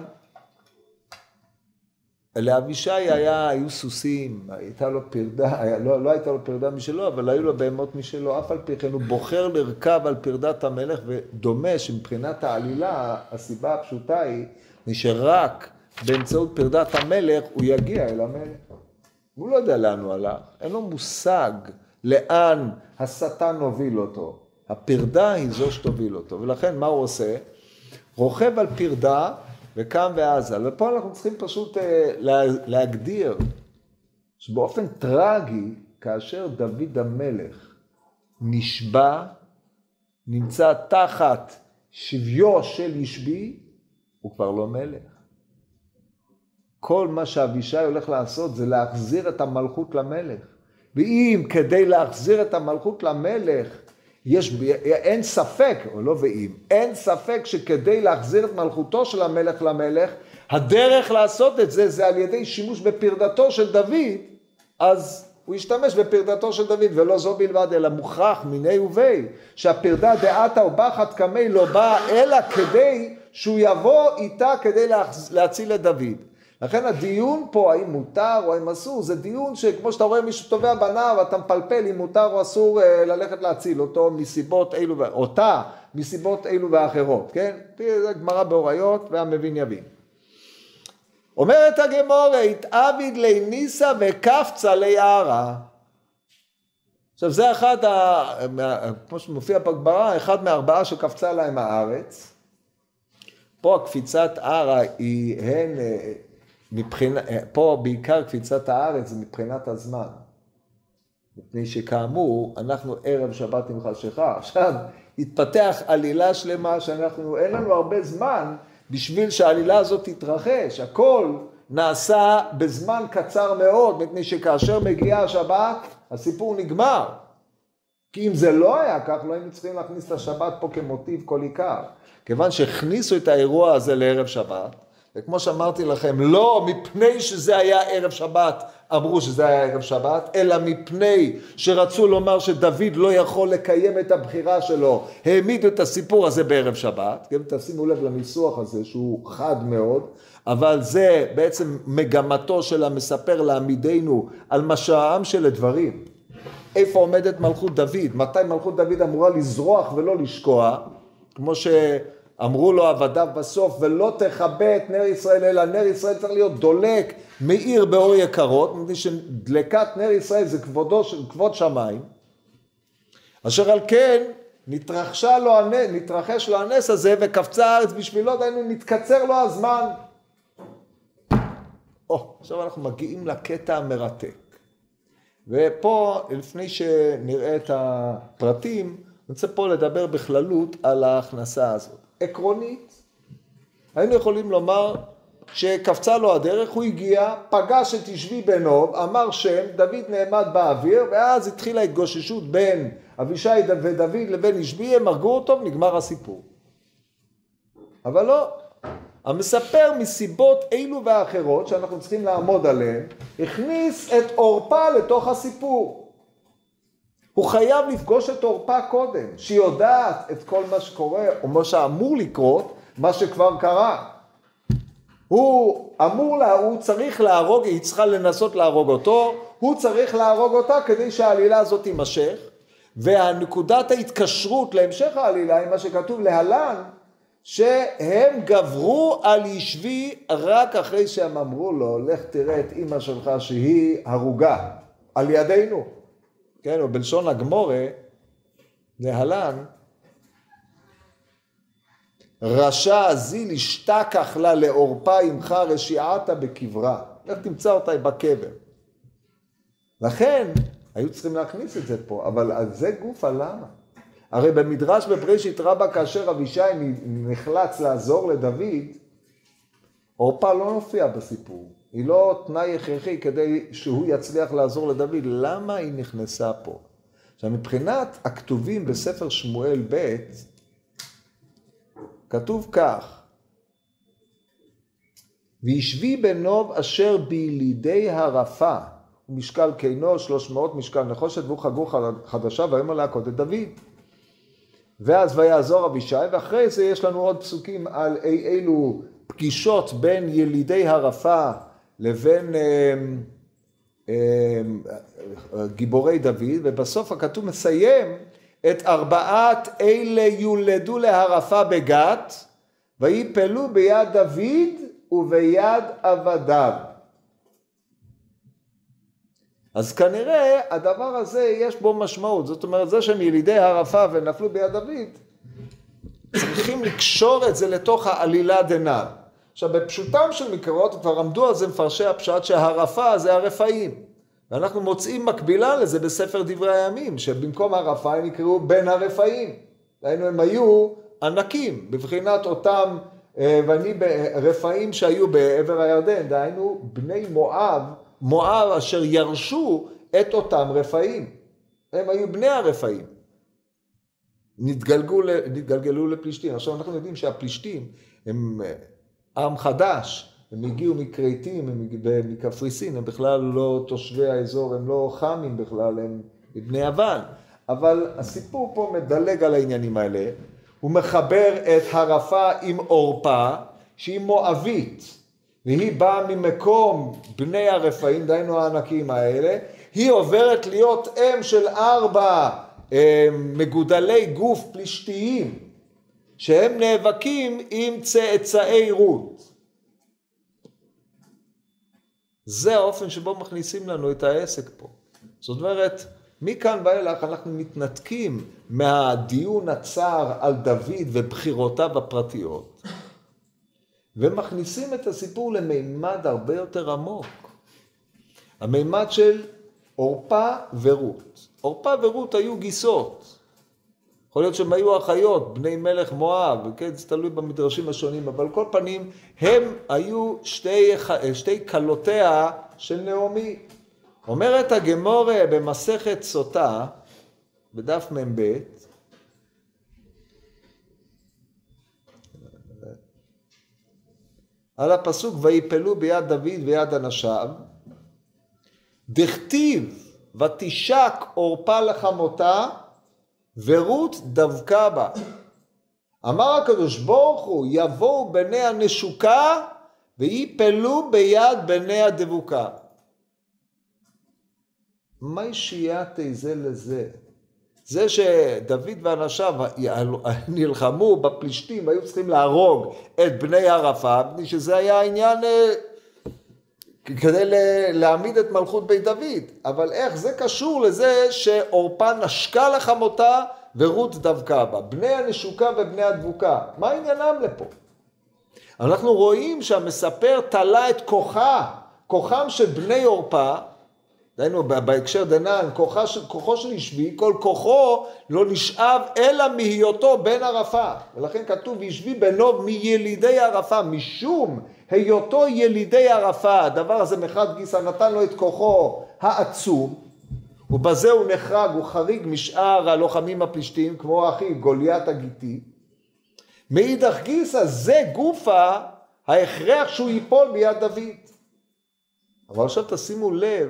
לאבישי היה, היו סוסים, הייתה לו פרדה, היה, לא, לא הייתה לו פרדה משלו, אבל היו לו בהמות משלו, אף על פי כן הוא בוחר לרכב על פרדת המלך, ודומה שמבחינת העלילה, הסיבה הפשוטה היא, שרק באמצעות פרדת המלך הוא יגיע אל המלך. הוא לא יודע לאן הוא הלך, אין לו מושג לאן השטן הוביל אותו. הפרדה היא זו שתוביל אותו, ולכן מה הוא עושה? רוכב על פרדה וקם ועזל. ופה אנחנו צריכים פשוט להגדיר שבאופן טרגי, כאשר דוד המלך נשבע, נמצא תחת שביו של ישבי, הוא כבר לא מלך. כל מה שאבישי הולך לעשות זה להחזיר את המלכות למלך. ואם כדי להחזיר את המלכות למלך, יש, אין ספק, או לא ואם, אין ספק שכדי להחזיר את מלכותו של המלך למלך, הדרך לעשות את זה, זה על ידי שימוש בפרדתו של דוד, אז הוא ישתמש בפרדתו של דוד, ולא זו בלבד, אלא מוכרח מיני ובי, שהפרדה דעתה ובחת כמי לא באה, אלא כדי שהוא יבוא איתה כדי להציל את דוד. לכן הדיון פה, האם מותר או האם אסור, זה דיון שכמו שאתה רואה מישהו טובע בנהר, ואתה מפלפל אם מותר או אסור ללכת להציל אותו מסיבות אילו, אותה מסיבות אילו ואחרות, כן? זה גמרא באוריות והמבין יבין. אומרת הגמרא, התעביד לי ניסה וקפצה ליערה. עכשיו זה אחד, ה, כמו שמופיע בגמרא, אחד מארבעה שקפצה להם הארץ. פה הקפיצת ערה היא הן... מבחינה, פה בעיקר קפיצת הארץ זה מבחינת הזמן. מפני שכאמור, אנחנו ערב שבת עם חשיכה. עכשיו, התפתח עלילה שלמה שאנחנו, אין לנו הרבה זמן בשביל שהעלילה הזאת תתרחש. הכל נעשה בזמן קצר מאוד, מפני שכאשר מגיעה השבת, הסיפור נגמר. כי אם זה לא היה כך, לא היינו צריכים להכניס את השבת פה כמוטיב כל עיקר. כיוון שהכניסו את האירוע הזה לערב שבת, וכמו שאמרתי לכם, לא מפני שזה היה ערב שבת, אמרו שזה היה ערב שבת, אלא מפני שרצו לומר שדוד לא יכול לקיים את הבחירה שלו, העמידו את הסיפור הזה בערב שבת, כן? תשימו לב לניסוח הזה שהוא חד מאוד, אבל זה בעצם מגמתו של המספר לעמידנו על משאם של הדברים. איפה עומדת מלכות דוד? מתי מלכות דוד אמורה לזרוח ולא לשקוע? כמו ש... אמרו לו עבדיו בסוף, ולא תכבה את נר ישראל, אלא נר ישראל צריך להיות דולק, מאיר באור יקרות, מפני שדלקת נר ישראל זה כבודו, כבוד שמיים, אשר על כן נתרחשה לו, נתרחש לו הנס הזה, וקפצה הארץ בשבילו, דיינו נתקצר לו הזמן. או, עכשיו אנחנו מגיעים לקטע המרתק, ופה לפני שנראה את הפרטים, אני רוצה פה לדבר בכללות על ההכנסה הזאת. עקרונית, היינו יכולים לומר שקפצה לו הדרך, הוא הגיע, פגש את ישבי בנו, אמר שם, דוד נעמד באוויר, ואז התחילה התגוששות בין אבישי ודוד לבין ישבי, הם הרגו אותו ונגמר הסיפור. אבל לא, המספר מסיבות אילו ואחרות שאנחנו צריכים לעמוד עליהן, הכניס את אורפה לתוך הסיפור. הוא חייב לפגוש את אורפה קודם, שהיא יודעת את כל מה שקורה, או מה שאמור לקרות, מה שכבר קרה. הוא אמור לה, הוא צריך להרוג, היא צריכה לנסות להרוג אותו, הוא צריך להרוג אותה כדי שהעלילה הזאת תימשך, והנקודת ההתקשרות להמשך העלילה היא מה שכתוב להלן, שהם גברו על ישבי רק אחרי שהם אמרו לו, לך תראה את אמא שלך שהיא הרוגה, על ידינו. כן, ובלשון הגמורה, להלן, רשע זיל השתכח לה לאורפה עמך רשיעתה בקברה. איך תמצא אותה בקבר? לכן, היו צריכים להכניס את זה פה, אבל על זה גופה למה? הרי במדרש בבראשית רבה, כאשר אבישי נחלץ לעזור לדוד, עורפה לא נופיע בסיפור. היא לא תנאי הכרחי כדי שהוא יצליח לעזור לדוד. למה היא נכנסה פה? עכשיו, מבחינת הכתובים בספר שמואל ב', כתוב כך, וישבי בנוב אשר בילידי הרפה, ומשקל קינו שלוש מאות משקל נחושת, והוא חגור חדשה, ויאמר להכות את דוד. ואז ויעזור אבישי, ואחרי זה יש לנו עוד פסוקים על אי אילו פגישות בין ילידי הרפה לבין אה, אה, גיבורי דוד, ובסוף הכתוב מסיים את ארבעת אלה יולדו להרפה בגת, ויפלו ביד דוד וביד עבדיו. אז כנראה הדבר הזה יש בו משמעות, זאת אומרת זה שהם ילידי הרפה ונפלו ביד דוד, צריכים לקשור את זה לתוך העלילה דנן. עכשיו בפשוטם של מקראות כבר עמדו על זה מפרשי הפשט שהרפה זה הרפאים, ואנחנו מוצאים מקבילה לזה בספר דברי הימים, שבמקום הרפה הם יקראו בין הרפאים, דהיינו הם היו ענקים, בבחינת אותם ואני רפאים שהיו בעבר הירדן, דהיינו בני מואב, מואב אשר ירשו את אותם רפאים, הם היו בני הרפאים, נתגלגלו, נתגלגלו לפלישתים. עכשיו אנחנו יודעים שהפלישתים הם עם חדש, הם הגיעו מקרייטים, הם מקפריסין, הם בכלל לא תושבי האזור, הם לא חמים בכלל, הם בני יוון, אבל הסיפור פה מדלג על העניינים האלה, הוא מחבר את הרפה עם עורפה, שהיא מואבית, והיא באה ממקום בני הרפאים, דהיינו הענקים האלה, היא עוברת להיות אם של ארבע מגודלי גוף פלישתיים, שהם נאבקים עם צאצאי רות. זה האופן שבו מכניסים לנו את העסק פה. זאת אומרת, מכאן ואילך אנחנו מתנתקים מהדיון הצר על דוד ובחירותיו הפרטיות, ומכניסים את הסיפור למימד הרבה יותר עמוק. המימד של עורפה ורות. עורפה ורות היו גיסות. יכול להיות שהם היו אחיות, בני מלך מואב, כן, זה תלוי במדרשים השונים, אבל כל פנים הם היו שתי, שתי קלותיה של נעמי. אומרת הגמורה במסכת סוטה, בדף מ"ב, על הפסוק ויפלו ביד דוד ויד אנשיו, דכתיב ותשק עורפה לחמותה ורות דבקה בה. אמר הקדוש ברוך הוא יבואו בני הנשוקה ויפלו ביד בני הדבוקה. מה ישייתי זה לזה? זה שדוד ואנשיו נלחמו בפלישתים, היו צריכים להרוג את בני הרפה, שזה היה העניין כדי להעמיד את מלכות בית דוד. אבל איך זה קשור לזה שעורפה נשקה לחמותה ורות דבקה בה? בני הנשוקה ובני הדבוקה, מה עניינם לפה? אנחנו רואים שהמספר תלה את כוחה, כוחם של בני עורפה, דהיינו בהקשר דנן, כוחה של, כוחו של ישבי, כל כוחו לא נשאב אלא מהיותו בן הרפה. ולכן כתוב ישבי בנוב מילידי הרפה, משום היותו ילידי הרפה. הדבר הזה מחד גיסא נתן לו את כוחו העצום, ובזה הוא נחרג, הוא חריג משאר הלוחמים הפלישתיים, כמו אחי גוליית הגיתי. מאידך גיסא זה גופה ההכרח שהוא ייפול ביד דוד. אבל עכשיו תשימו לב,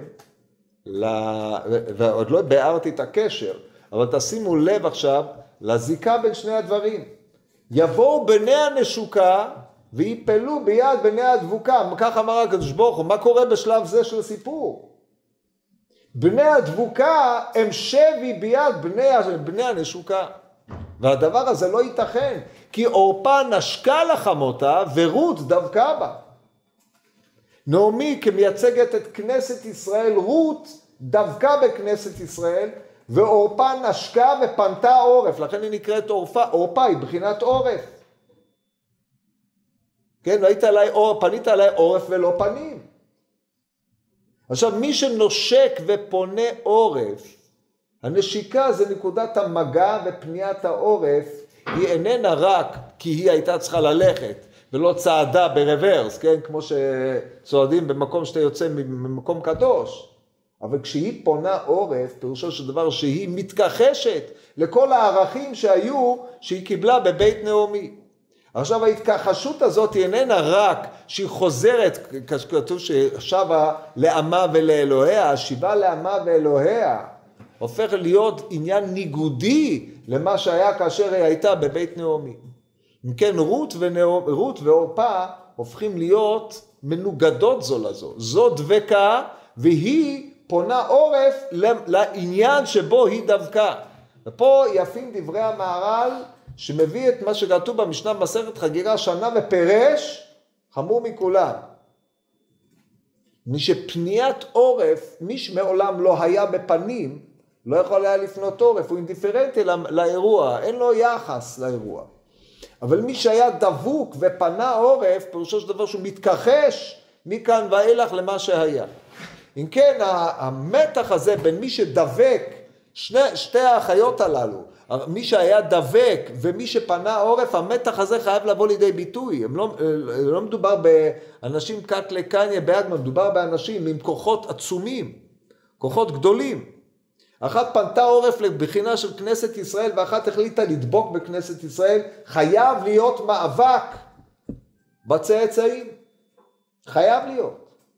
ועוד לא ביארתי את הקשר, אבל תשימו לב עכשיו לזיקה בין שני הדברים. יבואו בני הנשוקה ויפלו ביד בני הדבוקה. כך אמר הקדוש ברוך הוא. מה קורה בשלב זה של הסיפור? בני הדבוקה הם שבי ביד בני, בני הנשוקה, והדבר הזה לא ייתכן, כי עורפה נשקה לחמותה ורות דבקה בה. נעמי כמייצגת את כנסת ישראל, רות דבקה בכנסת ישראל, ועורפה נשקה ופנתה עורף, לכן היא נקראת עורפה. עורפה היא בחינת עורף. כן, ראית עליי עורף, פנית עליי עורף ולא פנים. עכשיו, מי שנושק ופונה עורף, הנשיקה זה נקודת המגע ופניית העורף, היא איננה רק כי היא הייתה צריכה ללכת, ולא צעדה ברוורס, כן? כמו שצועדים במקום שאתה יוצא ממקום קדוש. אבל כשהיא פונה עורף, פירושו של דבר שהיא מתכחשת לכל הערכים שהיו, שהיא קיבלה בבית נעמי. עכשיו ההתכחשות הזאת היא איננה רק שהיא חוזרת, כתוב ששבה לעמה ולאלוהיה, השיבה לעמה ואלוהיה, הופך להיות עניין ניגודי למה שהיה כאשר היא הייתה בבית נעמי. אם כן, רות, ונעמי, רות ואורפה הופכים להיות מנוגדות זו לזו. זו דבקה והיא פונה עורף לעניין שבו היא דווקא. ופה יפים דברי המהר"ל שמביא את מה שכתוב במשנה מסכת חגיגה, שנה ופרש חמור מכולם. מי שפניית עורף, מי שמעולם לא היה בפנים, לא יכול היה לפנות עורף, הוא אינדיפרנטי לאירוע, אין לו יחס לאירוע. אבל מי שהיה דבוק ופנה עורף, פירושו של דבר שהוא מתכחש מכאן ואילך למה שהיה. אם כן, המתח הזה בין מי שדבק, שני, שתי האחיות הללו, מי שהיה דבק ומי שפנה עורף, המתח הזה חייב לבוא לידי ביטוי. הם לא, לא מדובר באנשים קט לקניה באגמן, מדובר באנשים עם כוחות עצומים, כוחות גדולים. אחת פנתה עורף לבחינה של כנסת ישראל, ואחת החליטה לדבוק בכנסת ישראל. חייב להיות מאבק בצאצאים. חייב להיות.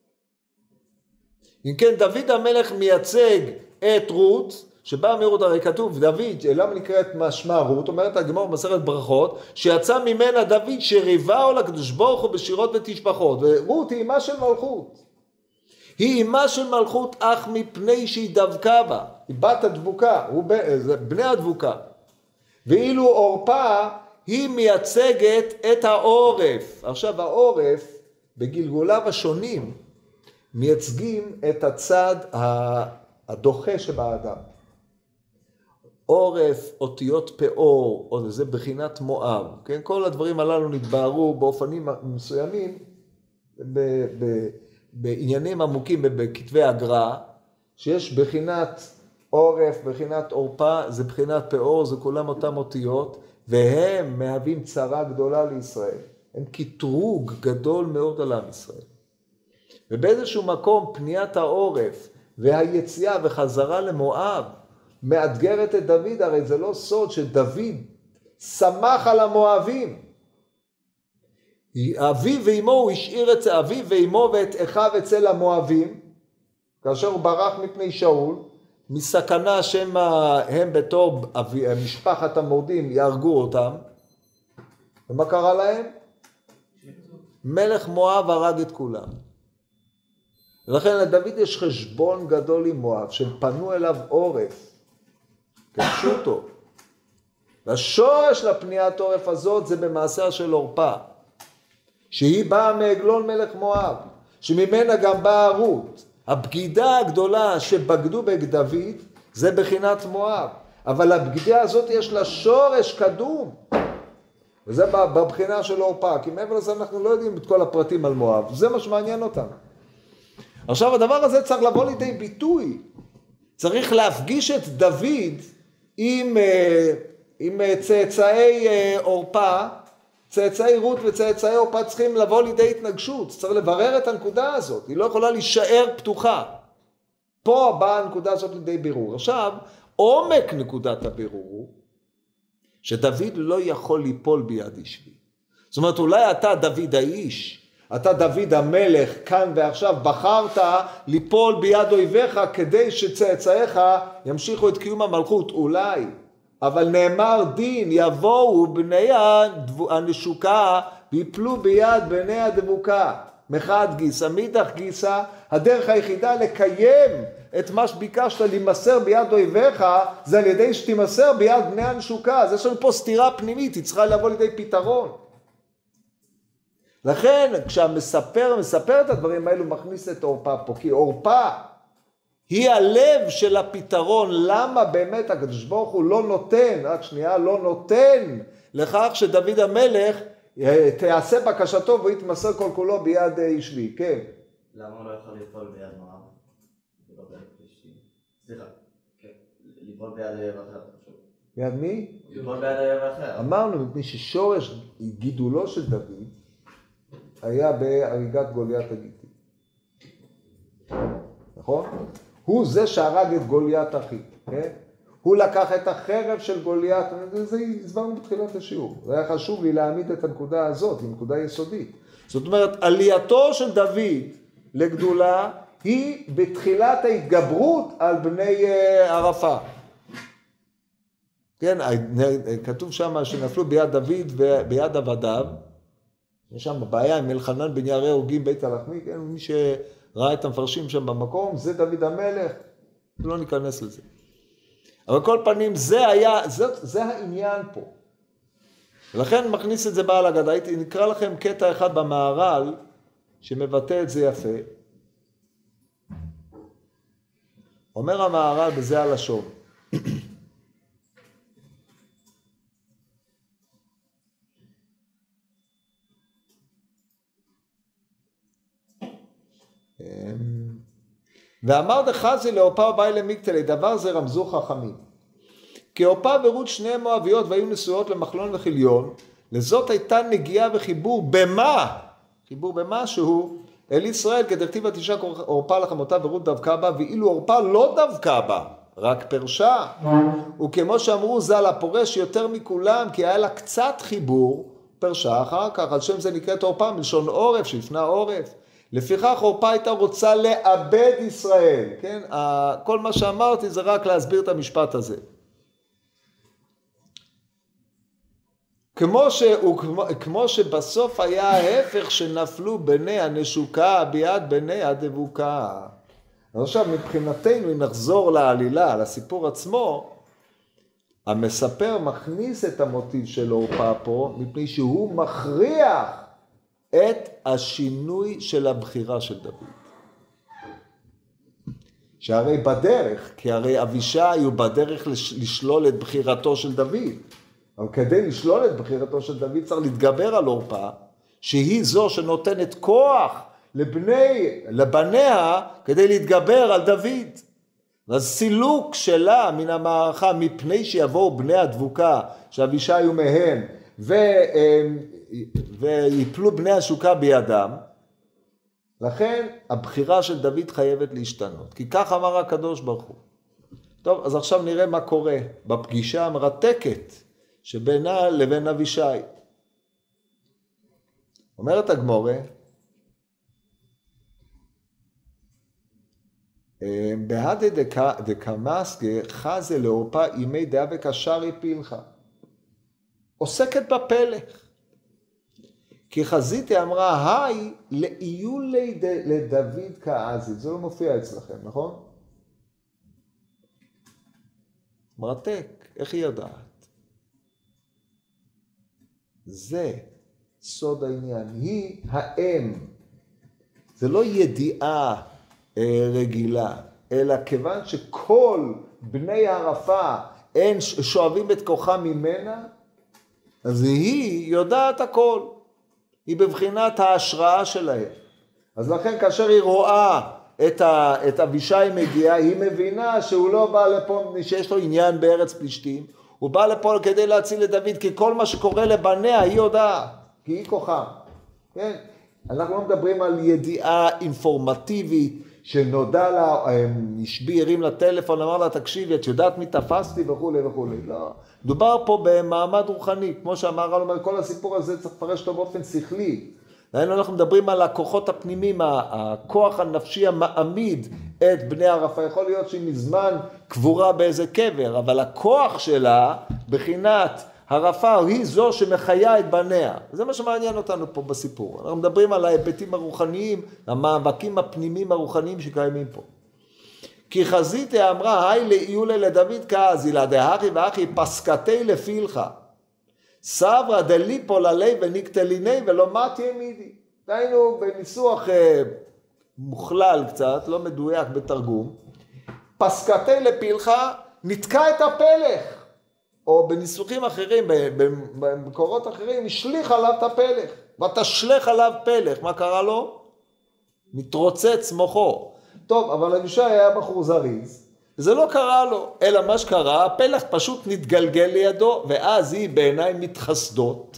אם כן, דוד המלך מייצג את רות, שבא מרות, הרי כתוב, דוד, למה נקראת שמה רות? אומרת הגמרא במסכת ברכות, שיצא ממנה דוד שריבה לקדוש ברוך הוא בשירות ותשבחות. ורות היא אמה של מלכות. היא אמה של מלכות אך מפני שהיא דבקה בה. היא בת הדבוקה, הוא בני הדבוקה. ואילו אורפה היא מייצגת את העורף. עכשיו העורף בגלגוליו השונים מייצגים את הצד הדוחה שבאדם. עורף, אותיות פאור, או זה בחינת מואב. כן? כל הדברים הללו נתבהרו באופנים מסוימים, ב, ב, בעניינים עמוקים בכתבי הגר"א, שיש בחינת עורף, בחינת עורפה, זה בחינת פאור, זה כולם אותם אותיות, והם מהווים צרה גדולה לישראל. הם קטרוג גדול מאוד על עם ישראל. ובאיזשהו מקום פניית העורף והיציאה וחזרה למואב מאתגרת את דוד, הרי זה לא סוד שדוד שמח על המואבים. אביו ואמו הוא השאיר את אביו ואמו ואת אחיו אצל המואבים, כאשר הוא ברח מפני שאול, מסכנה שמה הם בתור משפחת המורדים יהרגו אותם. ומה קרה להם? מלך מואב הרג את כולם. ולכן לדוד יש חשבון גדול עם מואב, שפנו אליו עורף, כפשוטו. והשורש לפניית עורף הזאת זה במעשה של אורפה, שהיא באה מעגלון מלך מואב, שממנה גם באה רות. הבגידה הגדולה שבגדו בדוד זה בחינת מואב, אבל הבגידה הזאת יש לה שורש קדום, וזה בבחינה של אורפה, כי מעבר לזה אנחנו לא יודעים את כל הפרטים על מואב, זה מה שמעניין אותנו. עכשיו הדבר הזה צריך לבוא לידי ביטוי, צריך להפגיש את דוד עם, עם צאצאי אורפה, צאצאי רות וצאצאי אורפה צריכים לבוא לידי התנגשות, צריך לברר את הנקודה הזאת, היא לא יכולה להישאר פתוחה. פה באה הנקודה הזאת לידי בירור. עכשיו, עומק נקודת הבירור הוא, שדוד לא יכול ליפול ביד אישי. זאת אומרת, אולי אתה דוד האיש, אתה דוד המלך, כאן ועכשיו בחרת ליפול ביד אויביך כדי שצאצאיך ימשיכו את קיום המלכות, אולי. אבל נאמר דין, יבואו בני הנשוקה ויפלו ביד בני הדבוקה. מחד גיסא, מאידך גיסא, הדרך היחידה לקיים את מה שביקשת להימסר ביד אויביך, זה על ידי שתימסר ביד בני הנשוקה. אז יש לנו פה סתירה פנימית, היא צריכה לבוא לידי פתרון. לכן כשהמספר מספר את הדברים האלו, מכניס את אורפה פה, כי אורפה היא הלב של הפתרון. למה באמת הקדוש ברוך הוא לא נותן, רק שנייה, לא נותן לכך שדוד המלך תעשה בקשתו והוא יתמסר כל כולו ביד ישבי, כן. למה הוא לא יכול לפעול ביד מואב? סליחה, כן. ליפול ביד האויב אחר, אתה חושב. ביד מי? ליפול ביד האויב אחר. אמרנו, מפני ששורש גידולו של דוד היה בהריגת גוליית הגיתי. נכון? הוא זה שהרג את גוליית אחי, כן? הוא לקח את החרב של גוליית, זה הסברנו בתחילת השיעור. זה היה חשוב לי להעמיד את הנקודה הזאת, היא נקודה יסודית. זאת אומרת, עלייתו של דוד לגדולה היא בתחילת ההתגברות על בני ערפה. כן, כתוב שם שנפלו ביד דוד וביד עבדיו. יש שם בעיה עם אלחנן בן יערי הוגים בית הלחמי, כן, מי שראה את המפרשים שם במקום, זה דוד המלך, לא ניכנס לזה. אבל כל פנים, זה היה, זה, זה העניין פה. ולכן מכניס את זה בעל הגדה. הייתי נקרא לכם קטע אחד במהר"ל, שמבטא את זה יפה. אומר המהר"ל בזה הלשון. ואמר דחזי לאורפה ובאי למיקטלי, דבר זה רמזו חכמים. כי אורפה ורות שני מואביות והיו נשואות למחלון וחיליון, לזאת הייתה נגיעה וחיבור במה? חיבור במשהו אל ישראל, כדכתיב ותשק אורפה לחמותה ורות דבקה בה, ואילו אורפה לא דבקה בה, רק פרשה. וכמו שאמרו ז"ל הפורש יותר מכולם, כי היה לה קצת חיבור, פרשה אחר כך, על שם זה נקראת אורפה מלשון עורף, שהפנה עורף. לפיכך אורפה הייתה רוצה לאבד ישראל, כן? כל מה שאמרתי זה רק להסביר את המשפט הזה. כמו, ש, וכמו, כמו שבסוף היה ההפך שנפלו בני הנשוקה ביד בני הדבוקה. אז עכשיו מבחינתנו אם נחזור לעלילה, לסיפור עצמו, המספר מכניס את המוטיב של אורפה פה, מפני שהוא מכריח את השינוי של הבחירה של דוד. שהרי בדרך, כי הרי אבישי הוא בדרך לשלול את בחירתו של דוד. אבל כדי לשלול את בחירתו של דוד צריך להתגבר על אורפה, שהיא זו שנותנת כוח לבני, לבניה כדי להתגבר על דוד. אז סילוק שלה מן המערכה מפני שיבואו בני הדבוקה, שאבישי הוא מהם, ו... ויפלו בני השוקה בידם, לכן הבחירה של דוד חייבת להשתנות, כי כך אמר הקדוש ברוך הוא. טוב, אז עכשיו נראה מה קורה בפגישה המרתקת שבינה לבין אבישי. אומרת הגמורה, בהדה דקמסקה חזה לאורפה ימי דאבק השרי פילחה, עוסקת בפלך. כי חזיתי אמרה, היי, לאיולי לדוד כעזית. זה לא מופיע אצלכם, נכון? מרתק, איך היא יודעת? זה סוד העניין, היא האם. זה לא ידיעה אה, רגילה, אלא כיוון שכל בני הערפה הם שואבים את כוחם ממנה, אז היא יודעת הכל. היא בבחינת ההשראה שלהם. אז לכן כאשר היא רואה את, ה, את אבישי מגיע, היא מבינה שהוא לא בא לפה, שיש לו עניין בארץ פלישתים, הוא בא לפה כדי להציל את דוד, כי כל מה שקורה לבניה היא יודעת, כי היא כוחם. כן? אנחנו לא מדברים על ידיעה אינפורמטיבית, שנודע לה, נשבי, הרים לטלפון, אמר לה, תקשיבי, את יודעת מי תפסתי וכו' וכו'. לא. דובר פה במעמד רוחני, כמו שאמר, אומר, כל הסיפור הזה צריך לפרש אותו באופן שכלי. אנחנו מדברים על הכוחות הפנימיים, הכוח הנפשי המעמיד את בני ערפה. יכול להיות שהיא מזמן קבורה באיזה קבר, אבל הכוח שלה, בחינת ערפה, היא זו שמחיה את בניה. זה מה שמעניין אותנו פה בסיפור. אנחנו מדברים על ההיבטים הרוחניים, המאבקים הפנימיים הרוחניים שקיימים פה. כי חזיתי אמרה, היי לאיולי לדוד כעזילה, דהכי ואחי פסקתי לפילך. סברא דליפול עלי ונקטליני ולא מתי עמידי. דהיינו בניסוח אה, מוכלל קצת, לא מדויק בתרגום. פסקתי לפילך נתקע את הפלך. או בניסוחים אחרים, במקורות אחרים, השליך עליו את הפלך. ותשלך עליו פלך. מה קרה לו? מתרוצץ מוחו. טוב, אבל אבישי היה בחור זריז, זה לא קרה לו, אלא מה שקרה, הפלך פשוט נתגלגל לידו, ואז היא בעיניים מתחסדות,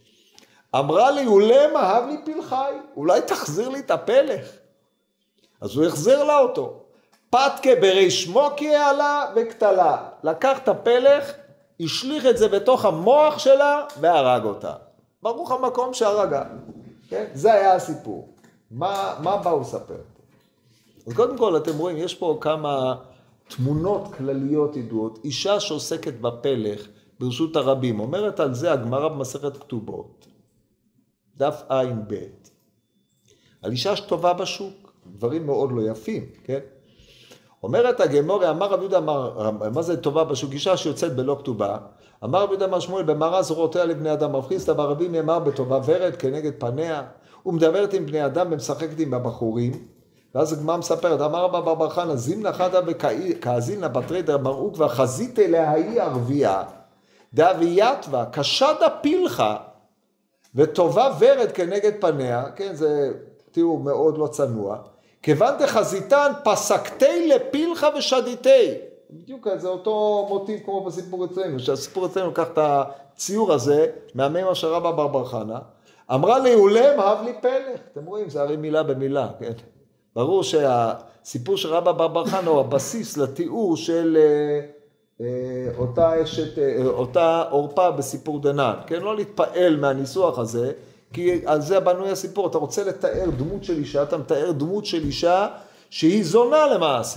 אמרה לי, אולם אהב לי פלחי, אולי תחזיר לי את הפלך. אז הוא החזיר לה אותו. פתקה בריש מוקי עלה וקטלה. לקח את הפלך, השליך את זה בתוך המוח שלה והרג אותה. ברוך המקום שהרגה. כן? זה היה הסיפור. מה, מה באו לספר פה? אז קודם כל אתם רואים, יש פה כמה תמונות כלליות ידועות. אישה שעוסקת בפלך ברשות הרבים. אומרת על זה הגמרא במסכת כתובות. דף עין בית. על אישה שטובה בשוק. דברים מאוד לא יפים, כן? אומרת הגמורה, אמר רבי יהודה, אמר, מה זה טובה בשוק? אישה שיוצאת בלא כתובה. אמר רבי יהודה אמר שמואל, במראה זרועותיה לבני אדם, רב חיסדא בר רבי אמר בטובה ורד כנגד פניה, הוא מדברת עם בני אדם ומשחקת עם הבחורים, ואז הגמרא מספרת, אמר רבא בר בר חנא, זימנה חדא וכאזילנה בתרי דמרוק וחזית אליה היא ערבייה, דאבייתווה, קשדה פילחה, וטובה ורד כנגד פניה, כן, זה תיאור מאוד לא צנוע, כיוון דחזיתן פסקתי לפילחה ושדיתי. בדיוק זה אותו מוטיב כמו בסיפור אצלנו, שהסיפור אצלנו לקח את הציור הזה, מהמימה של רבא בר בר חנא, אמרה לי, אולם אהב לי פלך. אתם רואים, זה הרי מילה במילה, כן? ברור שהסיפור של רבא בר בר חנא הוא הבסיס לתיאור של אה, אותה אשת, אה, אותה עורפה בסיפור דנן, כן? לא להתפעל מהניסוח הזה, כי על זה בנוי הסיפור, אתה רוצה לתאר דמות של אישה, אתה מתאר דמות של אישה שהיא זונה למעשה.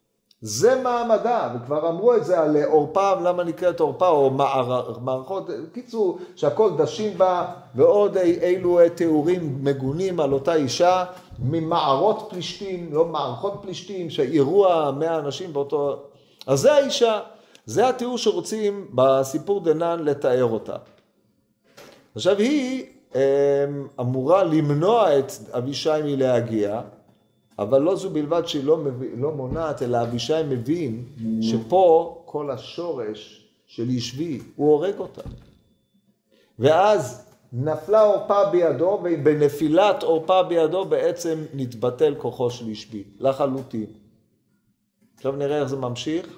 זה מעמדה, וכבר אמרו את זה על עורפה, למה נקראת עורפה, או מערכות, קיצור, שהכל דשים בה, ועוד אילו תיאורים מגונים על אותה אישה, ממערות פלישתים, לא מערכות פלישתים, שאירוע מאה אנשים באותו... אז זה האישה, זה התיאור שרוצים בסיפור דנן לתאר אותה. עכשיו היא אמורה למנוע את אבישי מלהגיע, אבל לא זו בלבד שהיא לא, מביא, לא מונעת, אלא אבישי מבין שפה כל השורש של ישבי, הוא הורג אותה. ואז נפלה עורפה בידו, ובנפילת עורפה בידו בעצם נתבטל כוחו של ישבי, לחלוטין. עכשיו נראה איך זה ממשיך.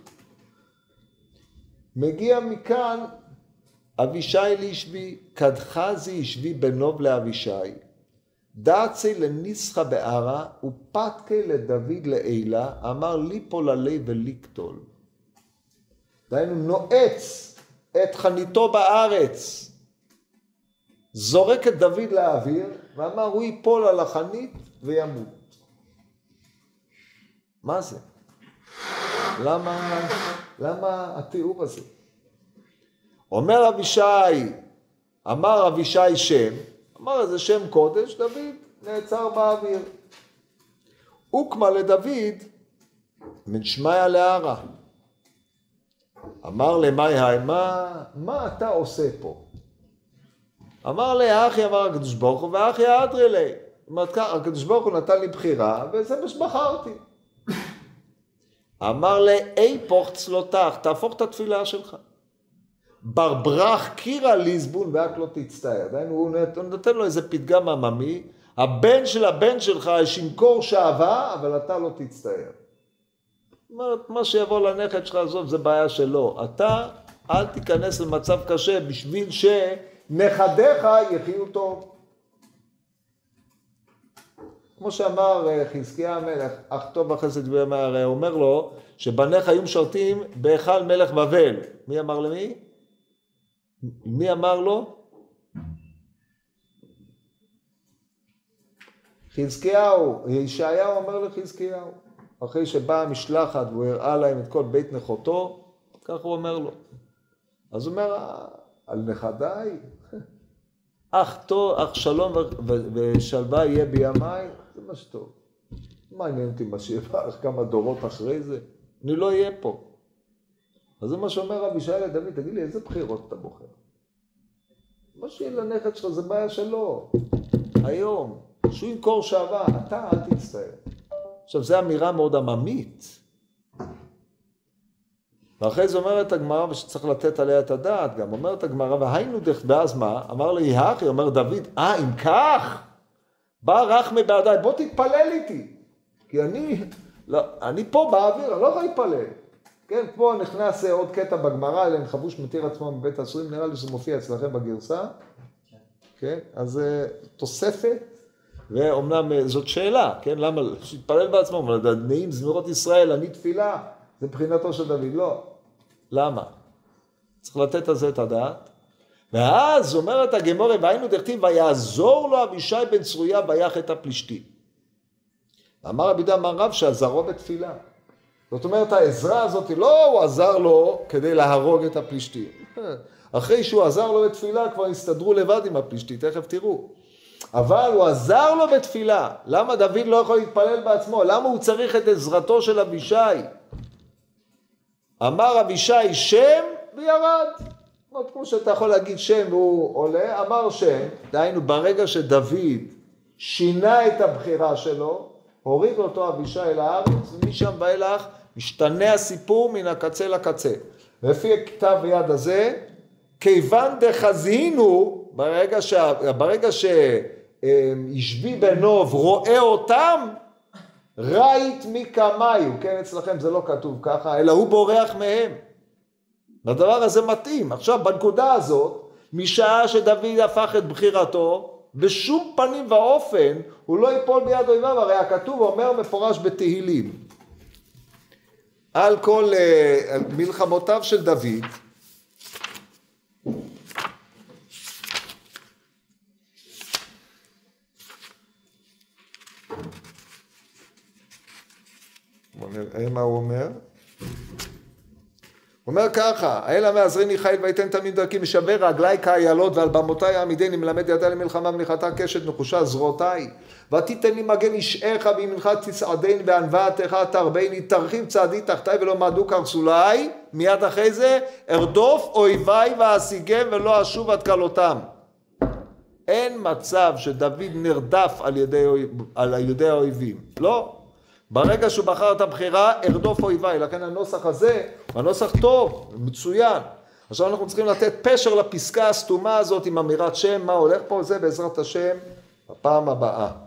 מגיע מכאן אבישי לישבי, קדחזי ישבי בנוב לאבישי. דעצי לניסחה בערה ופתקי לדוד לעילה, אמר ליפול עלי ולקטול. דהיינו נועץ את חניתו בארץ, זורק את דוד לאוויר, ואמר הוא ייפול על החנית וימות. מה זה? למה, למה התיאור הזה? אומר אבישי, אמר אבישי שם, אמר איזה שם קודש, דוד נעצר באוויר. הוקמה לדוד מן שמיה לערה. אמר למאי היי, מה, מה אתה עושה פה? אמר לי, האחי אמר הקדוש ברוך הוא, והאחי האדרי לי. הקדוש ברוך הוא נתן לי בחירה, וזה מה שבחרתי. אמר לי, אי פוך צלותך, תהפוך את התפילה שלך. ברברח קירה ליזבון ואק לא תצטער. דיינו, הוא נותן לו איזה פתגם עממי, הבן של הבן שלך יש ימכור שעבה, אבל אתה לא תצטער. אומרת, מה שיבוא לנכד שלך, עזוב, זה בעיה שלו. אתה אל תיכנס למצב קשה בשביל שנכדיך יחיו טוב. כמו שאמר חזקיה המלך, אך טוב החסד ואמר, אומר לו, שבניך היו משרתים בהיכל מלך בבל. מי אמר למי? מי אמר לו? חזקיהו, ישעיהו אומר לחזקיהו, אחרי שבאה המשלחת והוא הראה להם את כל בית נכותו, כך הוא אומר לו. אז הוא אומר, על נכדיי, אך טוב, אך שלום ושלווה יהיה בימיי, זה מה שטוב. מה עניין אותי מה שיהיה כמה דורות אחרי זה? אני לא אהיה פה. אז זה מה שאומר אבישי לדוד, תגיד לי, איזה בחירות אתה בוחר? מה שיהיה לנכד שלך, זה בעיה שלו. היום, שהוא ימכור שעבה, אתה אל תצטער. עכשיו, זו אמירה מאוד עממית. ואחרי זה אומרת הגמרא, ושצריך לתת עליה את הדעת, גם אומרת הגמרא, והיינו דרך, ואז מה? אמר לי, האחי, אומר דוד, אה, אם כך, בא רחמי בעדיי, בוא תתפלל איתי. כי אני, לא, אני פה באוויר, אני לא יכול להתפלל. כן, פה נכנס עוד קטע בגמרא, אלן חבוש מתיר עצמו מבית הסורים, נראה לי שזה מופיע אצלכם בגרסה. כן, אז תוספת, ואומנם זאת שאלה, כן, למה, שיתפלל בעצמו, אבל נעים זמירות ישראל, אני תפילה, זה מבחינתו של דוד, לא. למה? צריך לתת על זה את הדעת. ואז אומרת הגמורה, והיינו דכתיב, ויעזור לו אבישי בן צרויה ויך את הפלישתים. אמר רבי יהודה אמר רב שעזרו בתפילה. זאת אומרת, העזרה הזאת, לא הוא עזר לו כדי להרוג את הפלישתים. אחרי שהוא עזר לו בתפילה, כבר הסתדרו לבד עם הפלישתים, תכף תראו. אבל הוא עזר לו בתפילה. למה דוד לא יכול להתפלל בעצמו? למה הוא צריך את עזרתו של אבישי? אמר אבישי שם וירד. כמו שאתה יכול להגיד שם והוא עולה, אמר שם. דהיינו, ברגע שדוד שינה את הבחירה שלו, הוריד אותו אבישי אל הארץ, ומשם ואילך משתנה הסיפור מן הקצה לקצה. לפי הכתב היד הזה, כיוון דחזינו, ברגע, ש... ברגע שישבי בנוב רואה אותם, ראית מקמיו, כן, אצלכם זה לא כתוב ככה, אלא הוא בורח מהם. הדבר הזה מתאים. עכשיו, בנקודה הזאת, משעה שדוד הפך את בחירתו, בשום פנים ואופן הוא לא ייפול ביד אויביו, הרי הכתוב אומר מפורש בתהילים. על כל על מלחמותיו של דוד, בוא נראה מה הוא אומר. הוא אומר ככה, האל המעזרני חיל ויתן תמיד דרכי משבר רגלי כאיילות ועל במותיי העמידני מלמד ידע למלחמה מניחתה קשת נחושה זרועותיי ותיתן לי מגן אישך בימינך תצעדני בענוותך תרבני תרחיב צעדי תחתיי ולא מעדו קרסולי מיד אחרי זה ארדוף אויביי ואשיגם ולא אשוב עד כלותם. אין מצב שדוד נרדף על ידי, על ידי האויבים, לא. ברגע שהוא בחר את הבחירה, ארדוף אויביי, לכן הנוסח הזה הוא הנוסח טוב, מצוין. עכשיו אנחנו צריכים לתת פשר לפסקה הסתומה הזאת עם אמירת שם, מה הולך פה, זה בעזרת השם, בפעם הבאה.